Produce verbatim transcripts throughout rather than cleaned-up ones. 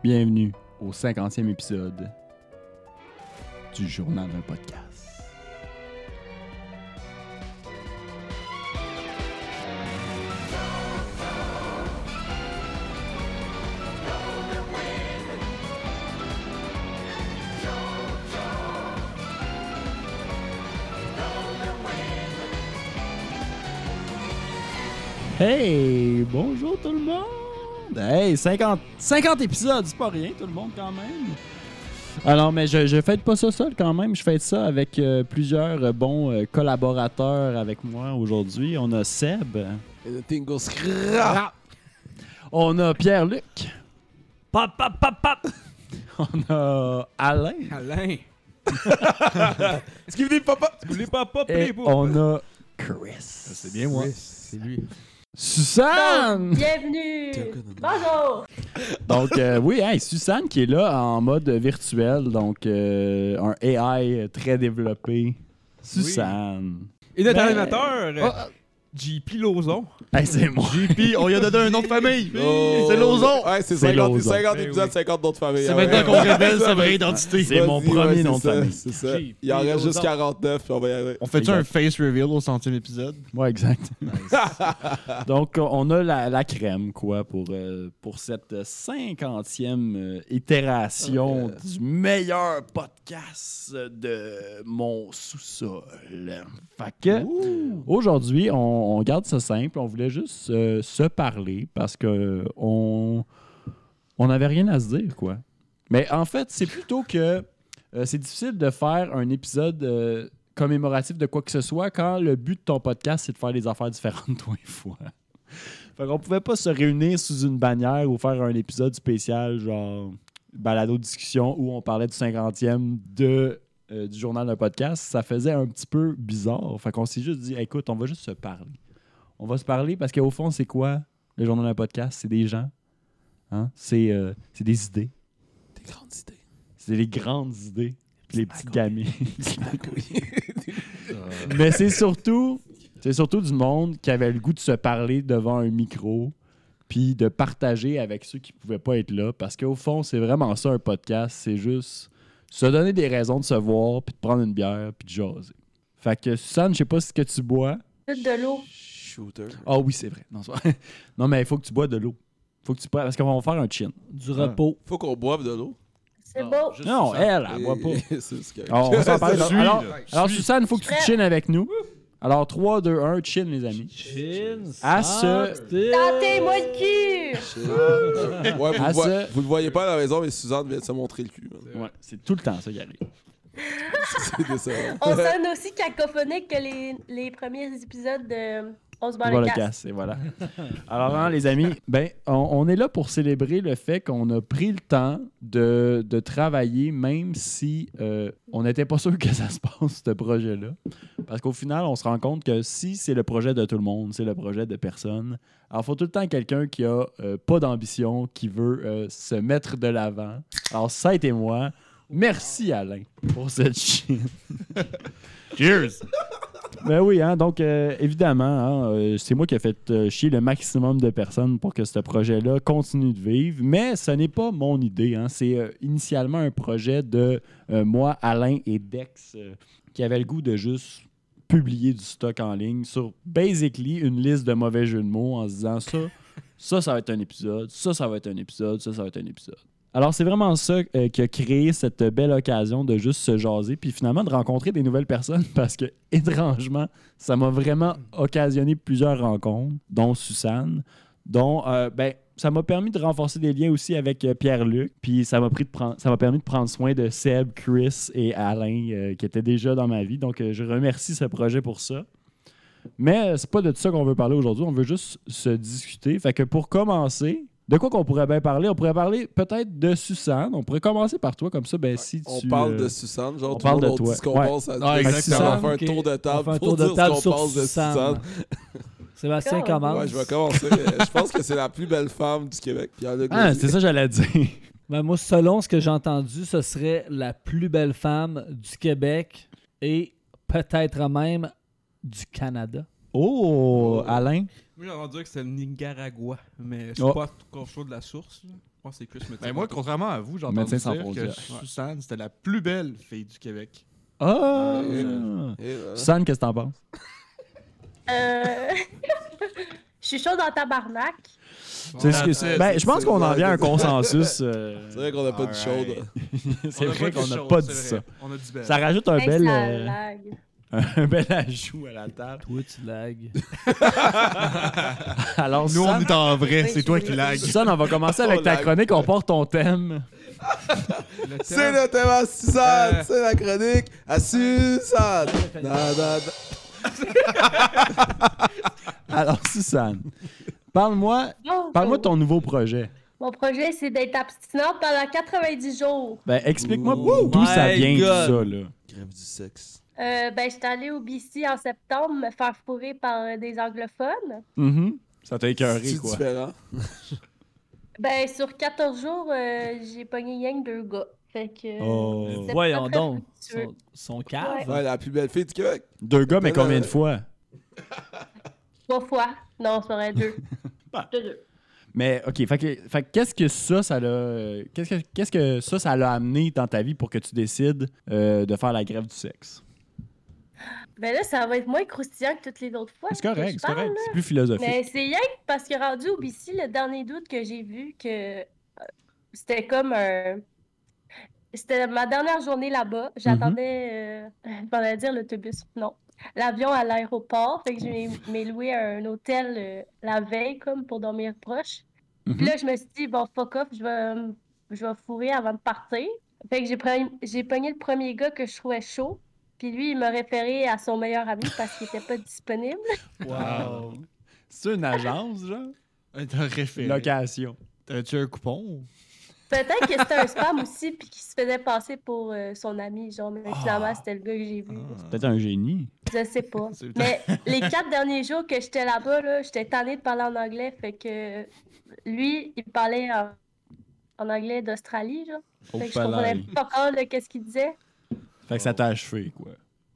Bienvenue au cinquantième épisode du Journal d'un podcast. Hey, bonjour tout le monde! Hey, cinquante, cinquante épisodes, c'est pas rien tout le monde quand même. Alors, mais je, je fête pas ça seul quand même, je fête ça avec euh, plusieurs euh, bons euh, collaborateurs avec moi aujourd'hui. On a Seb. Et le tingle scrap. On a Pierre-Luc. Pop, pop, pop, pop! On a Alain. Alain! Est-ce qu'il veut papa? Vous voulez pas pop, Et les beaux? on a Chris. C'est bien moi. C'est lui. Suzanne! Donc, bienvenue! Bonjour! Donc, euh, oui, hey, Suzanne qui est là en mode virtuel, donc euh, un A I très développé. Suzanne. Et notre Ben- animateur, Oh, J P Lozon. hey, c'est moi. J P, on lui a donné un nom de famille. Oh. C'est Lozon. Ouais, c'est C'est cinquante, Lozon. cinquante Ben épisodes, oui. cinquante d'autres familles. C'est Ah maintenant ouais. qu'on révèle sa vraie identité. C'est mon Vas-y, premier ouais, nom de c'est ça, famille. C'est ça. J P Il en reste juste Lozon. quarante-neuf, puis on va y aller. On fait-tu Exact. un face reveal au centième épisode? Ouais, exact. Donc, on a la, la crème, quoi, pour, euh, pour cette cinquantième euh, itération Ouais. du meilleur podcast de mon sous-sol. Fait que, Ouh. aujourd'hui, on, on garde ça simple. On voulait juste euh, se parler parce que on on n'avait rien à se dire, quoi. Mais en fait, c'est plutôt que euh, c'est difficile de faire un épisode euh, commémoratif de quoi que ce soit quand le but de ton podcast, c'est de faire des affaires différentes tous les fois. Fait qu'on pouvait pas se réunir sous une bannière ou faire un épisode spécial, genre balado-discussion, où on parlait du cinquantième de, euh, du journal d'un podcast. Ça faisait un petit peu bizarre. Fait qu'on s'est juste dit, écoute, on va juste se parler. On va se parler parce qu'au fond, c'est quoi le journal d'un podcast? C'est des gens. Hein? C'est, euh, c'est des idées. Des grandes idées. C'est les grandes idées. Puis les petites gamines. Oui. Mais c'est surtout, c'est surtout du monde qui avait le goût de se parler devant un micro puis de partager avec ceux qui pouvaient pas être là. Parce qu'au fond, c'est vraiment ça, un podcast. C'est juste se donner des raisons de se voir puis de prendre une bière puis de jaser. Fait que, Suzanne, je sais pas ce que tu bois. Toute de l'eau. Shooter. Ah oui, c'est vrai. Non, c'est vrai. Non, mais il faut que tu bois de l'eau. Faut que tu bois, parce qu'on va faire un chin. Du repos. Faut qu'on boive de l'eau. C'est beau. Non, elle, elle boit pas. C'est ce que... Alors, on va s'en parler. Je suis, Alors, là. alors Je suis. Suzanne, il faut que tu Prêt. chines avec nous. Alors, trois, deux, un, chin, les amis. Chin, À ce- Tentez-moi le cul! Ouais, vous, À le voy- ce- vous le voyez pas à la maison, mais Suzanne vient de se montrer le cul. man. Ouais, c'est tout le temps ça qui arrive. C'est décevant. On sonne aussi cacophonique que les, les premiers épisodes de On se bat Voilà le le casse. casse, et voilà. Alors, hein, les amis, ben, on, on est là pour célébrer le fait qu'on a pris le temps de, de travailler, même si euh, on n'était pas sûr que ça se passe, ce projet-là. Parce qu'au final, on se rend compte que si c'est le projet de tout le monde, c'est le projet de personne, alors il faut tout le temps quelqu'un qui a euh, pas d'ambition, qui veut euh, se mettre de l'avant. Alors, ça a été moi. Merci, Alain, pour cette chine. Cheers! Ben oui, hein, donc euh, évidemment, hein, euh, c'est moi qui ai fait euh, chier le maximum de personnes pour que ce projet-là continue de vivre, mais ce n'est pas mon idée. Hein, c'est euh, initialement un projet de euh, moi, Alain et Dex euh, qui avaient le goût de juste publier du stock en ligne sur basically une liste de mauvais jeux de mots en se disant ça, ça, ça va être un épisode, ça, ça va être un épisode, ça, ça va être un épisode. Alors, c'est vraiment ça euh, qui a créé cette belle occasion de juste se jaser, puis finalement de rencontrer des nouvelles personnes, parce que, étrangement, ça m'a vraiment occasionné plusieurs rencontres, dont Suzanne, dont, euh, ben, ça m'a permis de renforcer des liens aussi avec euh, Pierre-Luc, puis ça m'a pris de prendre, ça m'a permis de prendre soin de Seb, Chris et Alain, euh, qui étaient déjà dans ma vie. Donc, euh, je remercie ce projet pour ça. Mais euh, c'est pas de ça qu'on veut parler aujourd'hui, on veut juste se discuter. Fait que pour commencer... De quoi qu'on pourrait bien parler? On pourrait parler peut-être de Suzanne. On pourrait commencer par toi, comme ça, ben si On tu... parle euh, de Suzanne, genre on tout parle le de monde toi. dit ce qu'on Ouais. pense à Ah, exactement. exactement. On va faire Ok. un tour de On table fait un pour tour de dire table ce qu'on sur pense de Suzanne. Suzanne. Sébastien D'accord. commence. Ouais, je vais commencer. Euh, je pense que c'est la plus belle femme du Québec. Pierre-Luc Ah, l'a dit. c'est ça que j'allais dire. Ben, moi, selon ce que j'ai entendu, ce serait la plus belle femme du Québec et peut-être même du Canada. Oh, Alain. Moi, j'ai entendu dire que c'était le Nicaragua, mais je suis Oh. pas encore chaud de la source. Là. Je pense que c'est Chris me Ben moi, contrairement à vous, j'ai entendu Médecins sans dire que frontières. Suzanne, c'était la plus belle fille du Québec. Ah! Et voilà. San, qu'est-ce que t'en penses? Euh... Je suis chaud dans tabarnak. C'est ce que- c'est- ben, c'est- je pense c'est qu'on en vrai. vient à un consensus. euh, C'est vrai qu'on a pas dit Alright. chaude. C'est On a vrai dit qu'on n'a chose, pas dit c'est ça. vrai. On a dit belle. Ça rajoute un Hey, bel, ça euh, lag. un bel ajout à la table. Toi, tu lags. Alors, Nous, on San, est en vrai, Oui, c'est je toi suis- qui lag. San, on va commencer avec Oh, ta lag. chronique. On porte ton thème. Le C'est thème- le thème à Suzanne, Euh. c'est la chronique à Suzanne. Da, da, da. Alors, Suzanne, parle-moi Bonjour. parle-moi de ton nouveau projet. Mon projet, c'est d'être abstinente pendant quatre-vingt-dix jours. Ben, explique-moi Oh d'où ça my vient tout God. ça, là. Grève du sexe. Euh, ben, j'étais allée au B C en septembre me faire fourrer par euh, des anglophones. Mhm. Ça t'a écœuré, C'est quoi. différent. Ben, sur quatorze jours, euh, j'ai pogné rien que deux gars. Fait que. Oh. c'était Voyons pas très donc. fructueux. Son, son cave. Ouais, la plus belle fille du Québec. Deux gars, mais Ben, combien euh, de fois? Trois fois. Non, ça aurait deux. Bah. Deux, deux. Mais, OK, fait que, fait que qu'est-ce que ça, ça l'a... euh, Qu'est-ce que, qu'est-ce que ça, ça l'a amené dans ta vie pour que tu décides euh, de faire la grève du sexe? Ben là, ça va être moins croustillant que toutes les autres fois. C'est que correct, je c'est correct. parle, C'est plus philosophique. Mais c'est rien que parce que rendu au B C, le dernier doute que j'ai vu, que euh, c'était comme un. C'était ma dernière journée là-bas. J'attendais, euh, je m'en allais dire l'autobus, non. L'avion à l'aéroport. Fait que je m'ai- m'ai loué un hôtel euh, la veille, comme pour dormir proche. Mhm. Puis là, je me suis dit, bon, fuck off, je vais, me- je vais fourrer avant de partir. Fait que j'ai pogné, j'ai pogné le premier gars que je trouvais chaud. Puis lui, il m'a référé à son meilleur ami parce qu'il était pas disponible. Wow. C'est une agence, genre? T'as référé. Location. T'as-tu un coupon? Peut-être que c'était un spam aussi, puis qu'il se faisait passer pour euh, son ami, genre, mais finalement, c'était le gars que j'ai vu. Peut-être un génie. Je sais pas. C'est- Mais les quatre derniers jours que j'étais là-bas, là, j'étais tannée de parler en anglais, fait que lui, il parlait en, en anglais d'Australie, genre. Au Fait que je comprenais palais. pas encore de qu'est-ce qu'il disait. Fait que ça t'a achevé, quoi.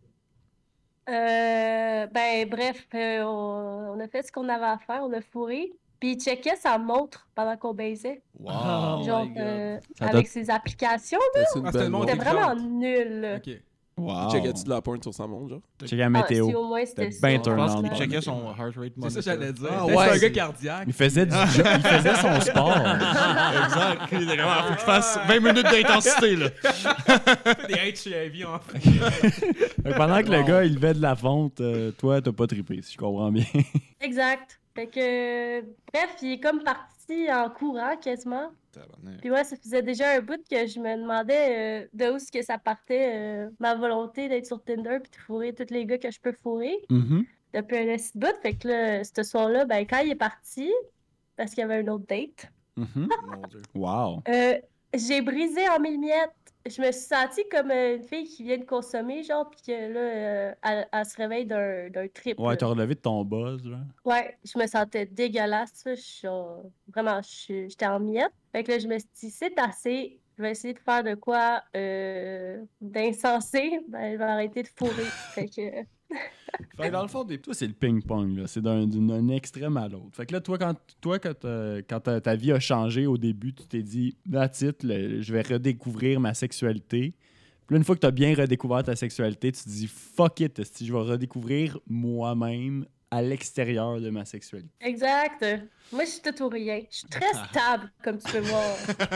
Euh, ben, bref, euh, on, on a fait ce qu'on avait à faire, on a fourré. Puis il checkait sa montre pendant qu'on baisait. Wow. Oh genre, my God. euh, Ça avec ses applications. C'est une Ah, c'était belle le monde montre. C'était Montre vraiment jaune. nul. Ok. Wow. Checkais-tu de la porn sur sa montre, genre? Check la Ah, météo. si au moins c'était C'était bien ça. Je pense turn qu'il on. checkait son heart rate C'est monitor. ça que j'allais dire. Ah, C'est ouais. un gars cardiaque. Il faisait, du jo- il faisait son sport. Exact. Il était comme, ah, faut que je fasse vingt minutes d'intensité, là. Des H I V en fait. Fait que pendant que le Wow. gars, il levait de la fonte, euh, toi, t'as pas trippé, si je comprends bien. Exact. Fait que, bref, il est comme parti en courant quasiment. Puis ouais, ça faisait déjà un bout que je me demandais euh, de où est-ce que ça partait, euh, ma volonté d'être sur Tinder puis de fourrer tous les gars que je peux fourrer Mhm. depuis un petit bout. Fait que là, ce soir-là, ben quand il est parti, parce qu'il y avait un autre date, Mhm. Mon Dieu. Wow. euh, j'ai brisé en mille miettes. Je me suis sentie comme euh, une fille qui vient de consommer, genre, puis que là, euh, elle, elle se réveille d'un d'un trip. Ouais, là. t'as relevé de ton buzz, genre. Ouais, je me sentais dégueulasse. là. Je suis genre- vraiment, je suis- j'étais en miettes. Fait que là, je me suis dit, c'est assez. Je vais essayer de faire de quoi euh, d'insensé. Ben, je vais arrêter de fourrer. Fait que. Fait que dans le fond, des- toi, c'est le ping-pong, là. C'est d'un, d'un- d'un extrême à l'autre. Fait que là, toi, quand, toi, quand, t'as- quand ta, ta vie a changé au début, tu t'es dit, that's it, là, je vais redécouvrir ma sexualité. Puis là, une fois que tu as bien redécouvert ta sexualité, tu te dis, fuck it, esti, je vais redécouvrir moi-même à l'extérieur de ma sexualité. Exact. Moi, je suis tout ou rien. Je suis très stable, comme tu peux voir.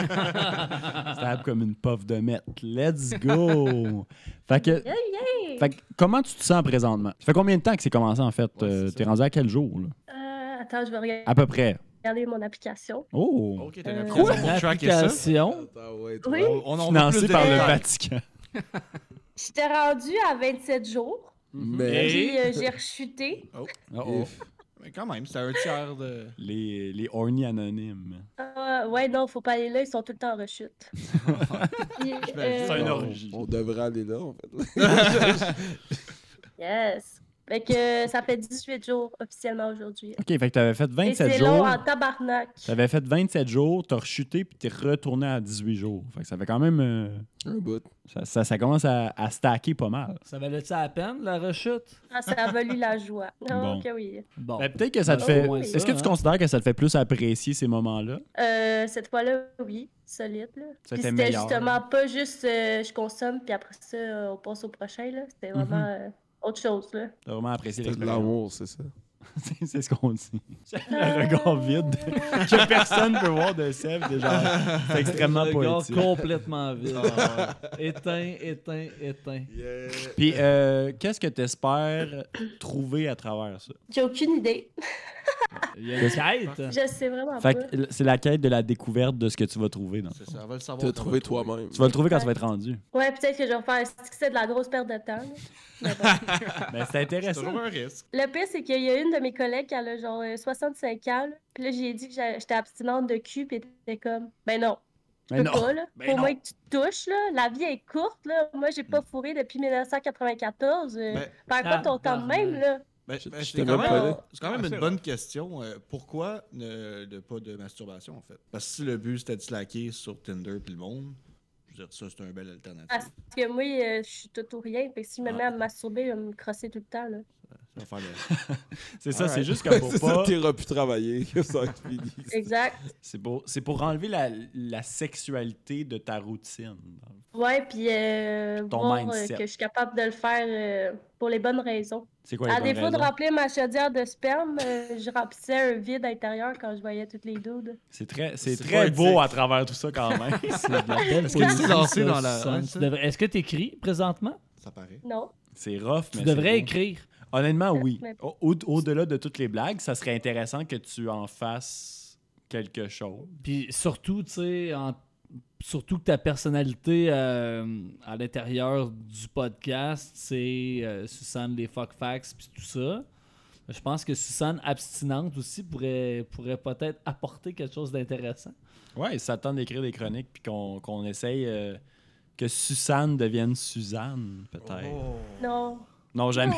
Stable comme une puff de meth. Let's go! Fait que, Yeah, yeah. fait que, comment tu te sens présentement? Ça fait combien de temps que c'est commencé, en fait? Ouais, Euh, c'est T'es ça. rendu à quel jour, là? Euh, attends, je vais regarder À peu près. mon application. Oh! Ok, t'as Euh, une Quoi? application pour tracker ça. Application. Attends, ouais, Oui. toi. On en veut Financé plus de par le détails. Vatican. J'étais rendue à vingt-sept jours. Mais. Puis euh, j'ai rechuté. Oh, oh. If. Mais quand même, c'était un tiers de... Les, les horny anonymes. Euh, ouais, non, faut pas aller là, ils sont tout le temps en rechute. Puis, euh, C'est une on- orgie. On devrait aller là, en fait. Yes. Fait que ça fait dix-huit jours officiellement aujourd'hui. OK, fait que t'avais fait Et vingt-sept c'est jours. long en tabarnak. T'avais fait vingt-sept jours, t'as rechuté, puis t'es retourné à dix-huit jours. Fait que ça fait quand même... euh, Un bout. ça, ça, ça commence à, à stacker pas mal. Ça valait-tu la peine, la rechute? Ah, ça a valu la joie. Ah, Bon. ok, oui. Bon. Ben, peut-être que ça te Oh, fait... ouais, Est-ce ça, que tu hein. considères que ça te fait plus apprécier ces moments-là? Euh, cette fois-là, oui, solide. Là. C'était Puis c'était meilleur. justement pas juste euh, je consomme, puis après ça, euh, on passe au prochain. Là. C'était vraiment Mhm. euh, autre chose. Là. T'as vraiment apprécié C'est de l'expérience. l'amour, c'est ça. C'est- C'est ce qu'on dit. Le regard vide que personne peut voir de Seb, déjà. C'est extrêmement Le regard poétique. complètement vide. Ah ouais. Éteint, éteint, éteint. Puis, euh, qu'est-ce que tu espères trouver à travers ça? J'ai aucune idée. Il y a une quête. Je sais vraiment Fait pas. que c'est la quête de la découverte de ce que tu vas trouver. Dans le C'est fond. ça, on va le savoir. T'as quand on trouvé va le trouver. toi-même. Tu vas le trouver quand tu vas être rendu. Ouais, peut-être que je vais faire un c'est de la grosse perte de temps. Là. Mais bon. Ben, c'est C'est intéressant. toujours un risque. Le pire, c'est qu'il y a une de mes collègues qui a là, genre euh, soixante-cinq ans. Là. Puis là, j'ai dit que j'a- j'étais abstinente de cul, puis elle était comme, ben non. Je Ben peux non. pas, là. Ben Pour non. moins que tu te touches, là. La vie est courte, là. Moi, j'ai pas fourré depuis dix-neuf cent quatre-vingt-quatorze. Euh, Ben, Par contre, ton temps de même, là. Ben, Je- ben, je c'est t'ai quand même même, pas dit. c'est quand même Ah, une c'est bonne question. euh, pourquoi ne, de pas de masturbation, en fait? Parce que si le but, c'était de slacker sur Tinder puis le monde, je veux dire, ça, c'est un bel alternative. Parce que moi, euh, je suis tout ou rien. Fait que si je me Ah. mets à me masturber, je vais me crosser tout le temps, là. Ça va faire le... C'est ça, Alright. c'est juste comme pour c'est ça, pas. t'iras plus travailler, que ça va être fini. Exact. C'est pour, c'est pour enlever la, la sexualité de ta routine. Ouais, puis euh, Ton voir euh, mindset. que je suis capable de le faire euh, pour les bonnes raisons. C'est quoi les À bonnes défaut de raisons? remplir ma chaudière de sperme, euh, je remplissais un vide intérieur quand je voyais toutes les dudes. C'est très, c'est C'est très poétique. beau à travers tout ça quand même. C'est de la belle Est-ce que tu poésie, t'es lancé ça, dans la- Susan. ouais, Tu ça? devrais- Est-ce que tu écris présentement? Ça paraît. Non. C'est rough, Tu mais devrais c'est beau. écrire. Honnêtement, oui. Mais- Au- au- Au-delà de toutes les blagues, ça serait intéressant que tu en fasses quelque chose. Puis surtout, tu sais, en- surtout que ta personnalité euh, à l'intérieur du podcast, c'est euh, Suzanne les fuck facts puis tout ça. Je pense que Suzanne abstinente aussi pourrait, pourrait peut-être apporter quelque chose d'intéressant. Ouais, ça tente d'écrire des chroniques puis qu'on qu'on essaye euh, que Suzanne devienne Suzanne, peut-être. Oh. Non. Non, jamais.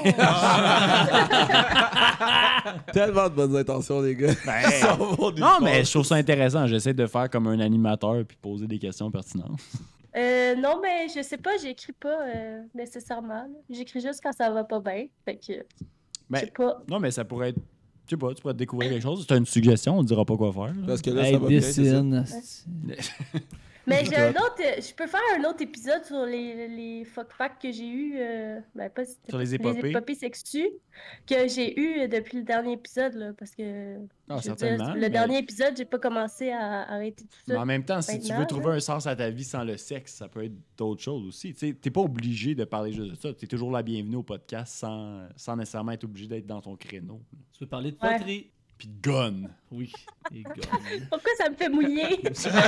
Tellement de bonnes intentions, les gars. Ben, Ça va nulle non, part. mais je trouve ça intéressant. J'essaie de faire comme un animateur puis poser des questions pertinentes. Euh, non, mais je sais pas, j'écris pas euh, nécessairement. là. J'écris juste quand ça va pas bien. Fait que, je Ben, sais pas. non, mais ça pourrait être. Je sais pas, tu pourrais découvrir quelque chose. C'est une suggestion, on ne dira pas quoi faire. là. Parce que là, Hey, ça va bien, c'est ça. dessine. asti. Mais j'ai un autre. euh, Je peux faire un autre épisode sur les, les fuck facts que j'ai eu. Euh, ben, pas Sur les épopées. Les épopées sexues que j'ai eu euh, depuis le dernier épisode. Là, parce que. Ah, je veux dire, certainement, le mais- dernier épisode, j'ai pas commencé à arrêter tout Mais ça. en même temps, si tu Maintenant, veux trouver là. un sens à ta vie sans le sexe, ça peut être d'autres choses aussi. Tu sais, t'es pas obligé de parler juste de ça. Tu es toujours la bienvenue au podcast sans, sans nécessairement être obligé d'être dans ton créneau. Tu veux parler de Ouais. poterie? Puis de gun. Oui. Et gonne. Pourquoi ça me fait mouiller?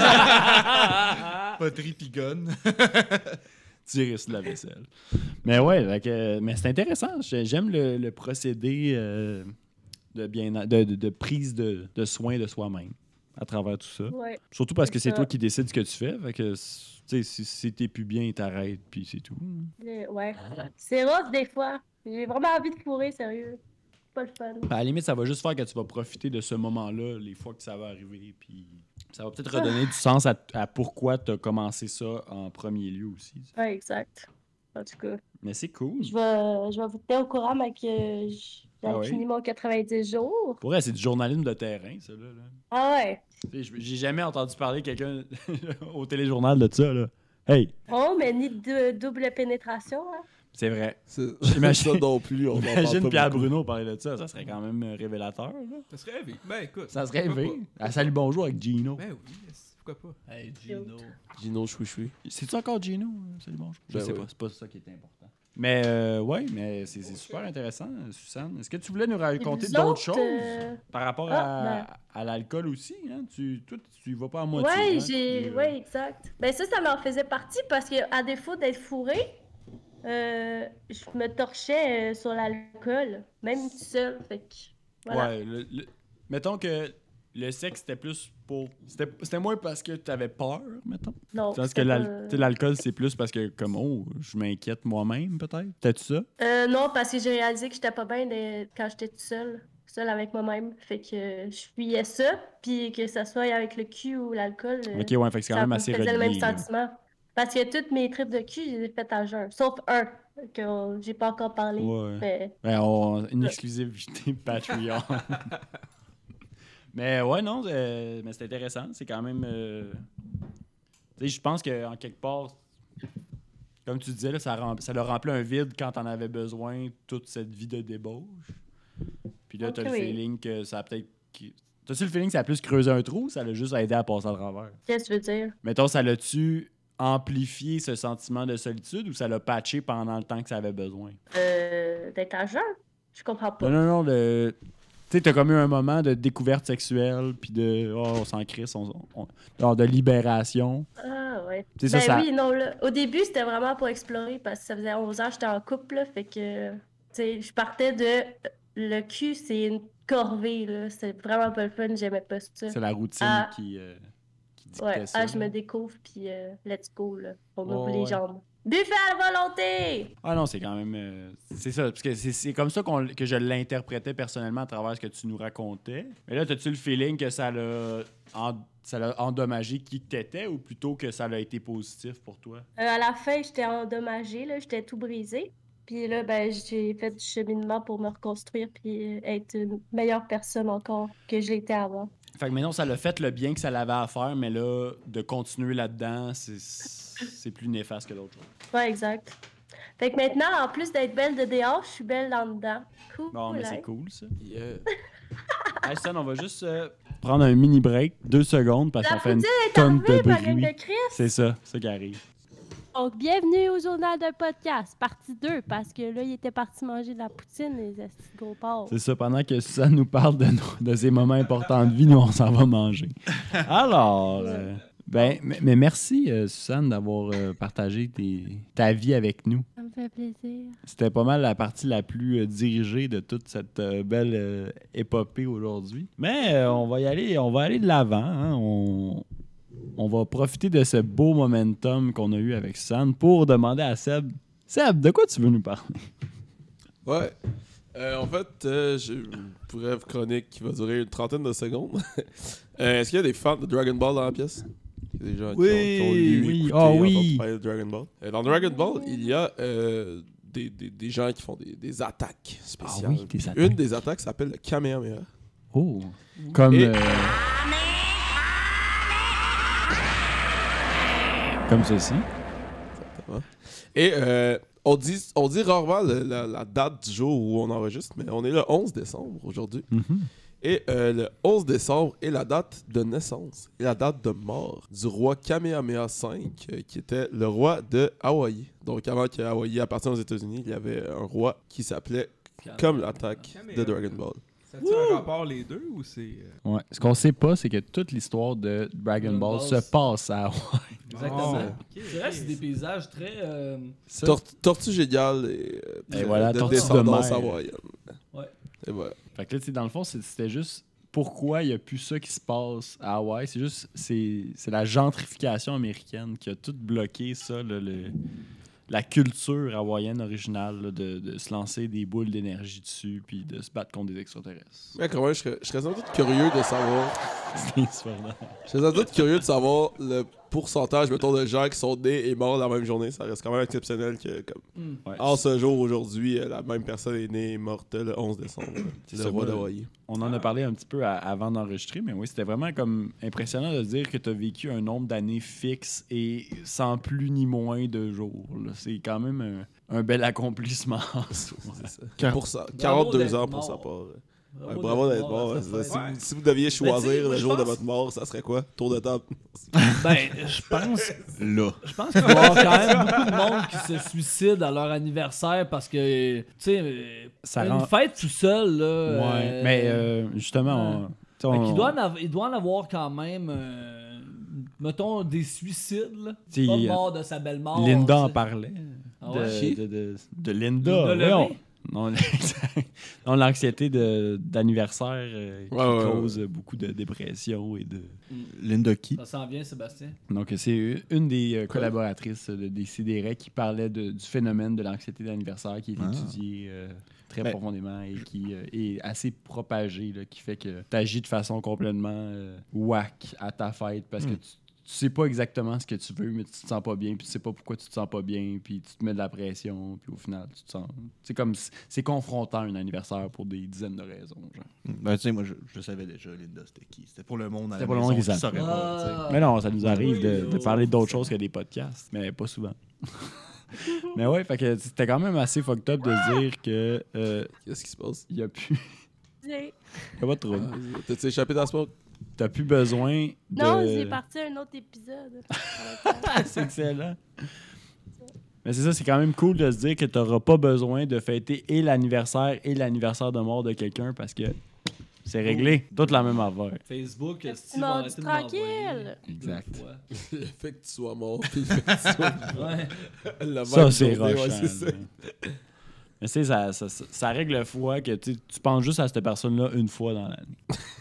Poterie pis gun. Tirer sur la vaisselle. Mais ouais, fait que- mais c'est intéressant. J'ai- J'aime le, le procédé euh, de, bien, de, de, de prise de, de soin de soi-même à travers tout ça. Ouais. Surtout parce que C'est c'est ça. toi qui décides ce que tu fais. Fait que, tu sais, si, si t'es plus bien, t'arrêtes, puis c'est tout. Euh, ouais. C'est rough des fois. J'ai vraiment envie de fourrer, sérieux. Pas le fun. À la limite, ça va juste faire que tu vas profiter de ce moment-là les fois que ça va arriver. Puis ça va peut-être redonner du sens à, à pourquoi tu as commencé ça en premier lieu aussi. Ouais, exact. En tout cas, Mais c'est cool. je vais, je vais vous tenir au courant, mais que j- j'avais Ah oui? fini mon quatre-vingt-dix jours. Pour vrai, c'est du journalisme de terrain, ça. Là, là. Ah ouais. Tu sais, je- J'ai jamais entendu parler de quelqu'un au téléjournal de ça. Là. Hey, Oh, mais ni de double pénétration, hein? c'est vrai. C'est- J'imagine- ça non plus, on en parle Imagine pas Pierre beaucoup. Bruno parler de ça. Ça serait quand même euh, révélateur. Là. Ça serait rêvé. Ben écoute. Ça serait pourquoi rêvé. Ah, salut, bonjour avec Gino. pas? Ben oui, yes, pourquoi pas? Hey, Gino. Gino Chouchoui. C'est-tu encore Gino? euh, Salut, bonjour. Je Ben sais oui. pas. C'est pas ça qui est important. Mais euh, ouais, mais c'est c'est super intéressant, euh, Suzanne. Est-ce que tu voulais nous raconter vous d'autres autres, choses euh, par rapport ah, à, à l'alcool aussi? Hein? Tu, toi, tu y vas pas à moitié. Ouais, hein? j'ai. Tu, euh, Ouais, exact. Ben ça, ça m'en faisait partie parce que à défaut d'être fourré, euh, je me torchais euh, sur l'alcool, même tout seul. Fait que. Voilà. Ouais, le- le- mettons que le sexe, c'était plus pour... C'était, c'était moins parce que t'avais peur, mettons? Non. Parce que c'était l'al- pas- tu sais, l'alcool, c'est plus parce que, comme, oh, je m'inquiète moi-même, peut-être? Peut-être ça? Euh, non, parce que j'ai réalisé que j'étais pas bien de- quand j'étais toute seule, seule avec moi-même. Fait que je fuyais ça, puis que ça soit avec le cul ou l'alcool, euh, Ok, ouais, fait que c'est quand ça même me assez faisait le même relié. là. sentiment. Parce que toutes mes trips de cul, je les ai faites à jeun. Sauf un, que euh, j'ai pas encore parlé. Ouais. Mais Ouais, on- une exclusivité Patreon. Mais ouais, non, euh, mais c'est intéressant. C'est quand même. euh, Tu sais, je pense qu'en quelque part, comme tu disais, là, ça, rem- ça leur remplit un vide quand t'en avais besoin, toute cette vie de débauche. Puis là, t'as Ok, le oui. feeling que ça a peut-être. qui- T'as-tu le feeling que ça a plus creusé un trou ou ça l'a juste aidé à passer à travers? qu'est-ce que tu veux dire? Mettons, ça l'a-tu amplifié ce sentiment de solitude ou ça l'a patché pendant le temps que ça avait besoin? Euh, d'être à jeun? Je comprends pas. Non, non, non. Le... Tu sais, t'as comme eu un moment de découverte sexuelle, puis de. Oh, on s'en crisse, on, on- genre de libération. Ah ouais. Tu sais, Ben ça, ça- oui, non, là. Au début, c'était vraiment pour explorer parce que ça faisait onze ans que j'étais en couple, là. Fait que, tu sais, je partais de. Le cul, c'est une corvée, là. C'est vraiment pas le fun, j'aimais pas ça. c'est la routine Ah. qui, euh, qui dictait Ouais, ça. ah, je me découvre, puis euh, let's go, là. On Ouais, ouvre ouais. les jambes. Buffet à la volonté! Ah non, c'est quand même. euh, c'est ça, parce que c'est, c'est comme ça qu'on, que je l'interprétais personnellement à travers ce que tu nous racontais. Mais là, as-tu le feeling que ça l'a, en- ça l'a endommagé qui que t'étais ou plutôt que ça l'a été positif pour toi? Euh, à la fin, j'étais endommagée, là. J'étais tout brisée. Puis là, ben, j'ai fait du cheminement pour me reconstruire, puis euh, être une meilleure personne encore que je l'étais avant. Fait que maintenant, ça l'a fait le bien que ça l'avait à faire, mais là, de continuer là-dedans, c'est, c'est plus néfaste que d'autres choses. Ouais, exact. Fait que maintenant, en plus d'être belle de dehors, je suis belle en dedans. Cool, Bon, mais hein? c'est cool, ça. Yeah. Hey, Stan, on va juste euh, prendre un mini break, deux secondes, parce La qu'on fait une poutine est tonne de arrivée, ma reine bruit. de Christ! C'est ça, c'est ça qui arrive. Donc, bienvenue au journal d'un podcast, partie deux, parce que là, il était parti manger de la poutine, les estis de gros porcs. C'est ça, pendant que Suzanne nous parle de, nos- de ses moments importants de vie, nous, on s'en va manger. Alors, euh, ben, mais, mais merci, euh, Suzanne, d'avoir euh, partagé tes- ta vie avec nous. Ça me fait plaisir. C'était pas mal la partie la plus euh, dirigée de toute cette euh, belle euh, épopée aujourd'hui. Mais euh, on va y aller, on va aller de l'avant. Hein. On, on va profiter de ce beau momentum qu'on a eu avec Suzanne pour demander à Seb, Seb, de quoi tu veux nous parler? Ouais. Euh, en fait, euh, j'ai une brève chronique qui va durer une trentaine de secondes. Euh, Est-ce qu'il y a des fans de Dragon Ball dans la pièce? Il y a des gens qui, ont, qui ont lu, oui. écouté, Ah oui. entendu parler de Dragon Ball. Euh, dans Dragon Ball, il y a euh, des, des, des gens qui font des, des attaques spéciales. Ah oui, des Puis attaques. Une des attaques s'appelle le Kamehameha. Oh! Comme. Et- euh, Comme ceci. Et euh, on, dit, on dit rarement le- la, la date du jour où on enregistre, mais on est le onze décembre aujourd'hui. Mhm. Et euh, le onze décembre est la date de naissance et la date de mort du roi Kamehameha cinq, euh, qui était le roi de Hawaï. Donc avant que Hawaï appartienne aux États-Unis, il y avait un roi qui s'appelait comme l'attaque de Dragon Ball. Ça a-tu un rapport les deux ou c'est. euh, Ouais. Ce qu'on sait pas, c'est que toute l'histoire de Dragon Dragon Ball Ball, se passe à Hawaï. Exactement. ok, C'est vrai, c'est des paysages très. euh, Ça, Tor- Tortue géniale et, euh, Et voilà, de Tortue de descendance mer. hawaïenne. Ouais. Et voilà. Fait que là, tu sais, dans le fond, c'est- c'était juste pourquoi il n'y a plus ça qui se passe à Hawaï. C'est juste, c'est c'est la gentrification américaine qui a tout bloqué ça, là, le- la culture hawaïenne originale, là, de, de se lancer des boules d'énergie dessus puis de se battre contre des extraterrestres. Mais quand même, je serais, je serais sans doute curieux de savoir. C'est super drôle. Je serais sans doute curieux de savoir le pourcentage, mettons, de gens qui sont nés et morts la même journée. Ça reste quand même exceptionnel que, comme, hmm. Ouais. en ce jour, aujourd'hui, euh, la même personne est née et morte le onze décembre. C'est Le ça, roi moi, d'Hawaï. On en a parlé un petit peu à- avant d'enregistrer, mais oui, c'était vraiment comme impressionnant de se dire que tu as vécu un nombre d'années fixe et sans plus ni moins de jours. là. C'est quand même un, un bel accomplissement en soi. Quar- Pour ça, quarante-deux d'être ans pour sa mort. part. Ouais, Bravo bravo d'être mort, mort. ça ouais, fait- c'est ça. Ouais. Si, si vous deviez Ben, tu sais, choisir moi, le je jour de pense- votre mort, ça serait quoi? Tour de table. Ben, je pense. Là. Je pense qu'il va y avoir quand même beaucoup de monde qui se suicide à leur anniversaire parce que, tu sais, euh, Ça une rend- fête tout seul, là. Ouais, euh, mais euh, justement, on- tu sais, fait on- qu'il doit en avoir- il doit en avoir quand même, euh, mettons, des suicides, là. Tu sais, Pas il y a- mort de sa belle mort. Linda tu en sais. parlait. Ah De, ouais? Qui? de, de, de Linda. Linda voyons. Lemay? Non, non, l'anxiété de, d'anniversaire euh, qui Ouais, ouais, cause beaucoup de dépression et de. Linda qui? Ça s'en vient, Sébastien. Donc, c'est une des euh, collaboratrices de Décideret qui parlait de- du phénomène de l'anxiété d'anniversaire qui est Ah. étudié euh, très Ben- profondément et qui euh, est assez propagé, là, qui fait que tu agis de façon complètement euh, whack à ta fête parce que Hmm. tu, tu sais pas exactement ce que tu veux, mais tu te sens pas bien, puis tu sais pas pourquoi tu te sens pas bien, puis tu te mets de la pression, puis au final, tu te sens. C'est comme. C'est confrontant un anniversaire pour des dizaines de raisons. Genre. Ben, tu sais, moi, je, je savais déjà, Linda, c'était qui. C'était pour le monde à C'était la pour le maison monde qui qui savait saurait pas, tu sais. Ah. Mais non, ça nous arrive de, Oui, de oh, parler d'autres ça. choses que des podcasts, mais pas souvent. Mais ouais, fait que c'était quand même assez fucked up de dire que euh, Qu'est-ce qui se passe? il y a plus. J'ai- Il y a pas de trouble. Ah, T'as-tu échappé dans ce spot? T'as plus besoin de. Non, j'ai parti à un autre épisode. Ah, c'est excellent. Mais c'est ça, c'est quand même cool de se dire que t'auras pas besoin de fêter et l'anniversaire et l'anniversaire de mort de quelqu'un parce que c'est réglé. Toute la même affaire. Facebook, Le Steve petit va mardi arrêter de m'envoyer tranquille. deux Exact. fois. Le fait que tu sois mort, puis le fait que tu sois Ouais. la Ça, même c'est journée, rochant. ouais, c'est ça. là. Mais tu sais, ça, ça, ça, ça règle le fois que tu tu penses juste à cette personne-là une fois dans l'année.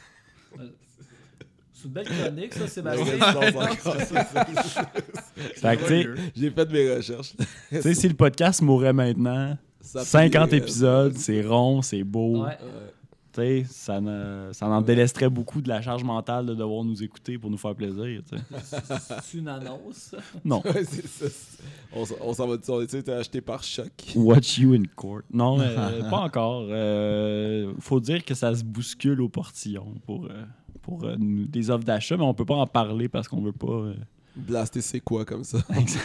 C'est une belle chronique, ça, La Sébastien. résistance encore. Fait que, tu sais, J'ai fait mes recherches. tu sais, si le podcast mourait maintenant, Ça cinquante fait, euh, épisodes, c'est rond, c'est beau. Ouais. Ouais. Tu sais, ça, ne- ça en délesterait beaucoup de la charge mentale de devoir nous écouter pour nous faire plaisir. tu sais. C'est une annonce, ça. Non. Ouais, c'est ça. On, s'en- on s'en va dire, tu sais, t'as acheté par choc. Watch you in court. Non, mais euh, pas encore. Euh, faut dire que ça se bouscule au portillon pour, euh, pour euh, nous- des offres d'achat, mais on peut pas en parler parce qu'on veut pas. euh, Blaster, c'est quoi comme ça?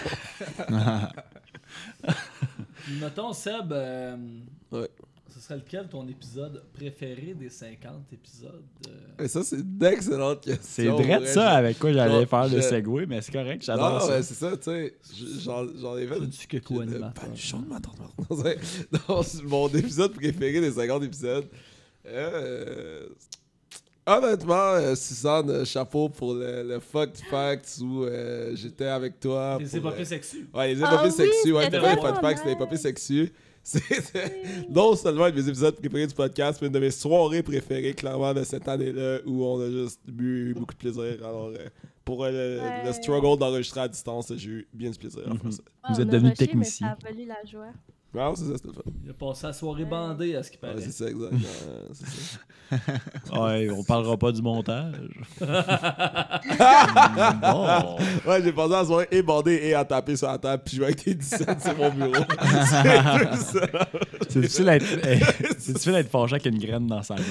Mettons, Seb, euh, Ouais. ce serait lequel ton épisode préféré des cinquante épisodes? euh? Et ça, c'est une excellente question. C'est vrai de ça avec quoi j'allais Non, faire le je- segway, mais c'est correct, Non, j'adore non, ça. mais c'est ça, tu sais. j- J'en j'en ai fait. Je suis que co-animateur. Baluchon de ma tante Marthe. Non, c'est- non, c'est mon épisode préféré des cinquante épisodes. Euh, Honnêtement, euh, Suzanne, euh, chapeau pour le, le Fuck Facts où euh, j'étais avec toi. Les pour, épopées euh, sexues. Ouais, les Ah épopées oui, sexues. Ouais, c'était t'as pas les tellement Fuck Facts, c'était les nice. épopées sexues. C'était non seulement un de mes épisodes préférés du podcast, mais une de mes soirées préférées, clairement, de cette année-là, où on a juste eu beaucoup de plaisir. Alors, euh, pour euh, le, Ouais. le struggle d'enregistrer à distance, j'ai eu bien du plaisir à faire Mhm. ça. Ah, Vous êtes on a devenu rushé, mais technicien. Ça a valu la joie. Ah, c'est ça, c'était le fun. Il a passé la soirée Ouais. bandée, à ce qui Ouais, paraît. c'est ça, exactement. c'est ça. Ouais, on parlera pas du montage. bon. Ouais, j'ai passé la soirée et bandé et à taper sur la table, puis jouer avec tes dix-sept sur mon bureau. C'est tout ça. C'est difficile d'être eh, c'est difficile d'être fâché avec une graine dans sa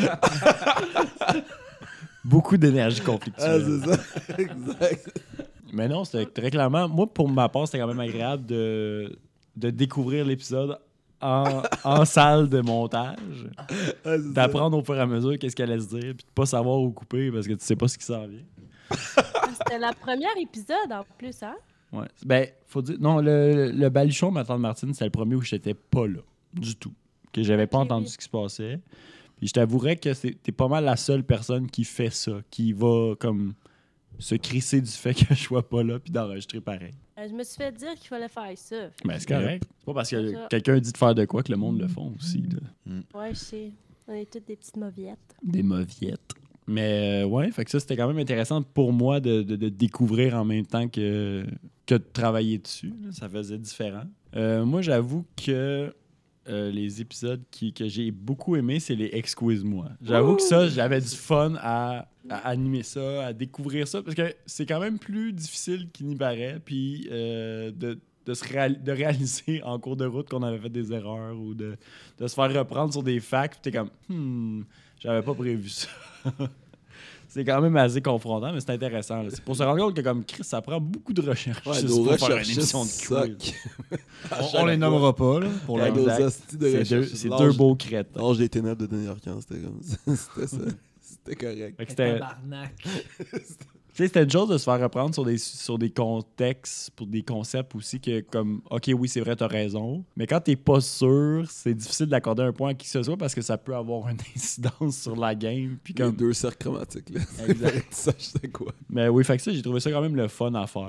main. Beaucoup d'énergie Ah, conflictuelle. c'est ça. Exact. Mais non, c'était très clairement. Moi, pour ma part, c'était quand même agréable de, de découvrir l'épisode en, en salle de montage. Ah, c'est ça. D'apprendre au fur et à mesure qu'est-ce qu'elle allait se dire, puis de pas savoir où couper parce que tu sais pas ce qui s'en vient. Ah, C'était la première épisode en plus, hein? Ouais. Ben, faut dire. Non, le, le baluchon, ma tante Martine, c'était le premier où j'étais pas là. Du tout. Que j'avais pas Ok, entendu oui. ce qui se passait. Puis je t'avouerais que c'est- t'es pas mal la seule personne qui fait ça, qui va comme se crisser du fait que je sois pas là puis d'enregistrer pareil. Euh, Je me suis fait dire qu'il fallait faire ça. Ben, c'est correct. C'est pas parce C'est que ça. quelqu'un dit de faire de quoi que le monde le font aussi. Là. Ouais, je sais. On est toutes des petites mauviettes. Des mauviettes. Mais euh, ouais, fait que ça, c'était quand même intéressant pour moi de, de- de découvrir en même temps que, que de travailler dessus. là. Ça faisait différent. Euh, moi, j'avoue que euh, les épisodes qui, que j'ai beaucoup aimés, c'est les Exquise-moi. J'avoue que ça, j'avais du fun à, à animer ça, à découvrir ça, parce que c'est quand même plus difficile qu'il n'y paraît, puis euh, de, de, se réal- de réaliser en cours de route qu'on avait fait des erreurs ou de, de se faire reprendre sur des facts, puis t'es comme, hmm, j'avais pas prévu ça. C'est quand même assez confrontant, mais c'est intéressant. là. C'est pour se rendre compte que, comme Chris, ça prend beaucoup de recherche. Ouais, juste nos pour faire une recherches émission de quiz. suck. On, on les nommera pas, là, pour Ouais, le nos Exact. hosties de C'est recherche. deux, c'est Lâche- deux beaux crêtes. Lâche des ténèbres de New Yorkien, c'était comme ça. C'était ça. C'était correct. Fait que c'était- Tabarnak. Tu sais, c'était une chose de se faire reprendre sur des, sur des contextes, pour des concepts aussi, que comme, OK, oui, c'est vrai, t'as raison. Mais quand t'es pas sûr, c'est difficile d'accorder un point à qui que ce soit parce que ça peut avoir une incidence sur la game. Puis Les comme... deux cercles chromatiques, là. Exact. Tu saches c'est quoi. Mais oui, fait que ça, j'ai trouvé ça quand même le fun à faire.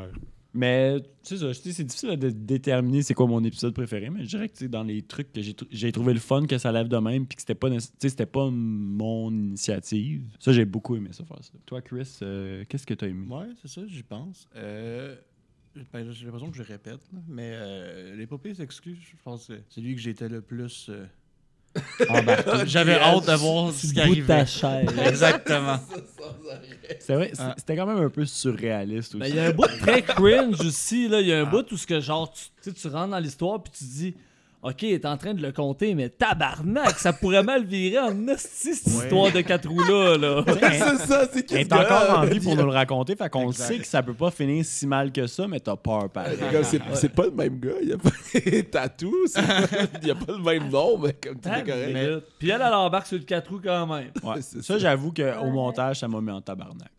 Mais c'est ça, je sais, c'est difficile de déterminer c'est quoi mon épisode préféré, mais je dirais que tu sais, dans les trucs que j'ai, tr- j'ai trouvé le fun que ça lève de même, puis que c'était pas, nécess- tu sais, c'était pas mon initiative. Ça, j'ai beaucoup aimé ça faire ça. Toi, Chris, euh, qu'est-ce que t'as aimé? Ouais, c'est ça, j'y pense. Euh, ben, j'ai l'impression que je répète, là, mais euh, l'épopée s'excuse, je pense que c'est lui que j'étais le plus. Euh... Embarqué. J'avais hâte de voir ce qui Bout de ta arrivait. chaise. Exactement. C'est vrai, c'est- Ah. c'était quand même un peu surréaliste Ben, aussi. il y a un bout très cringe aussi. Il y a un bout où ce que, genre, tu, tu sais, tu rentres dans l'histoire puis tu te dis OK, il est en train de le compter, mais tabarnak, ça pourrait mal virer en esti, cette Ouais. histoire de quatre roues-là. Là. c'est ça, c'est qui Elle ce est encore gars-là? en vie pour nous le raconter, fait qu'on Exact. sait que ça peut pas finir si mal que ça, mais t'as peur pareil. C'est comme, C'est c'est pas le même gars, il a pas des tatous, c'est pas- il a pas le même nom, mais comme tu es correct. Mais- Puis elle, elle embarque sur le quatre roues quand même. Ouais. C'est Ça, ça. j'avoue qu'au montage, ça m'a mis en tabarnak.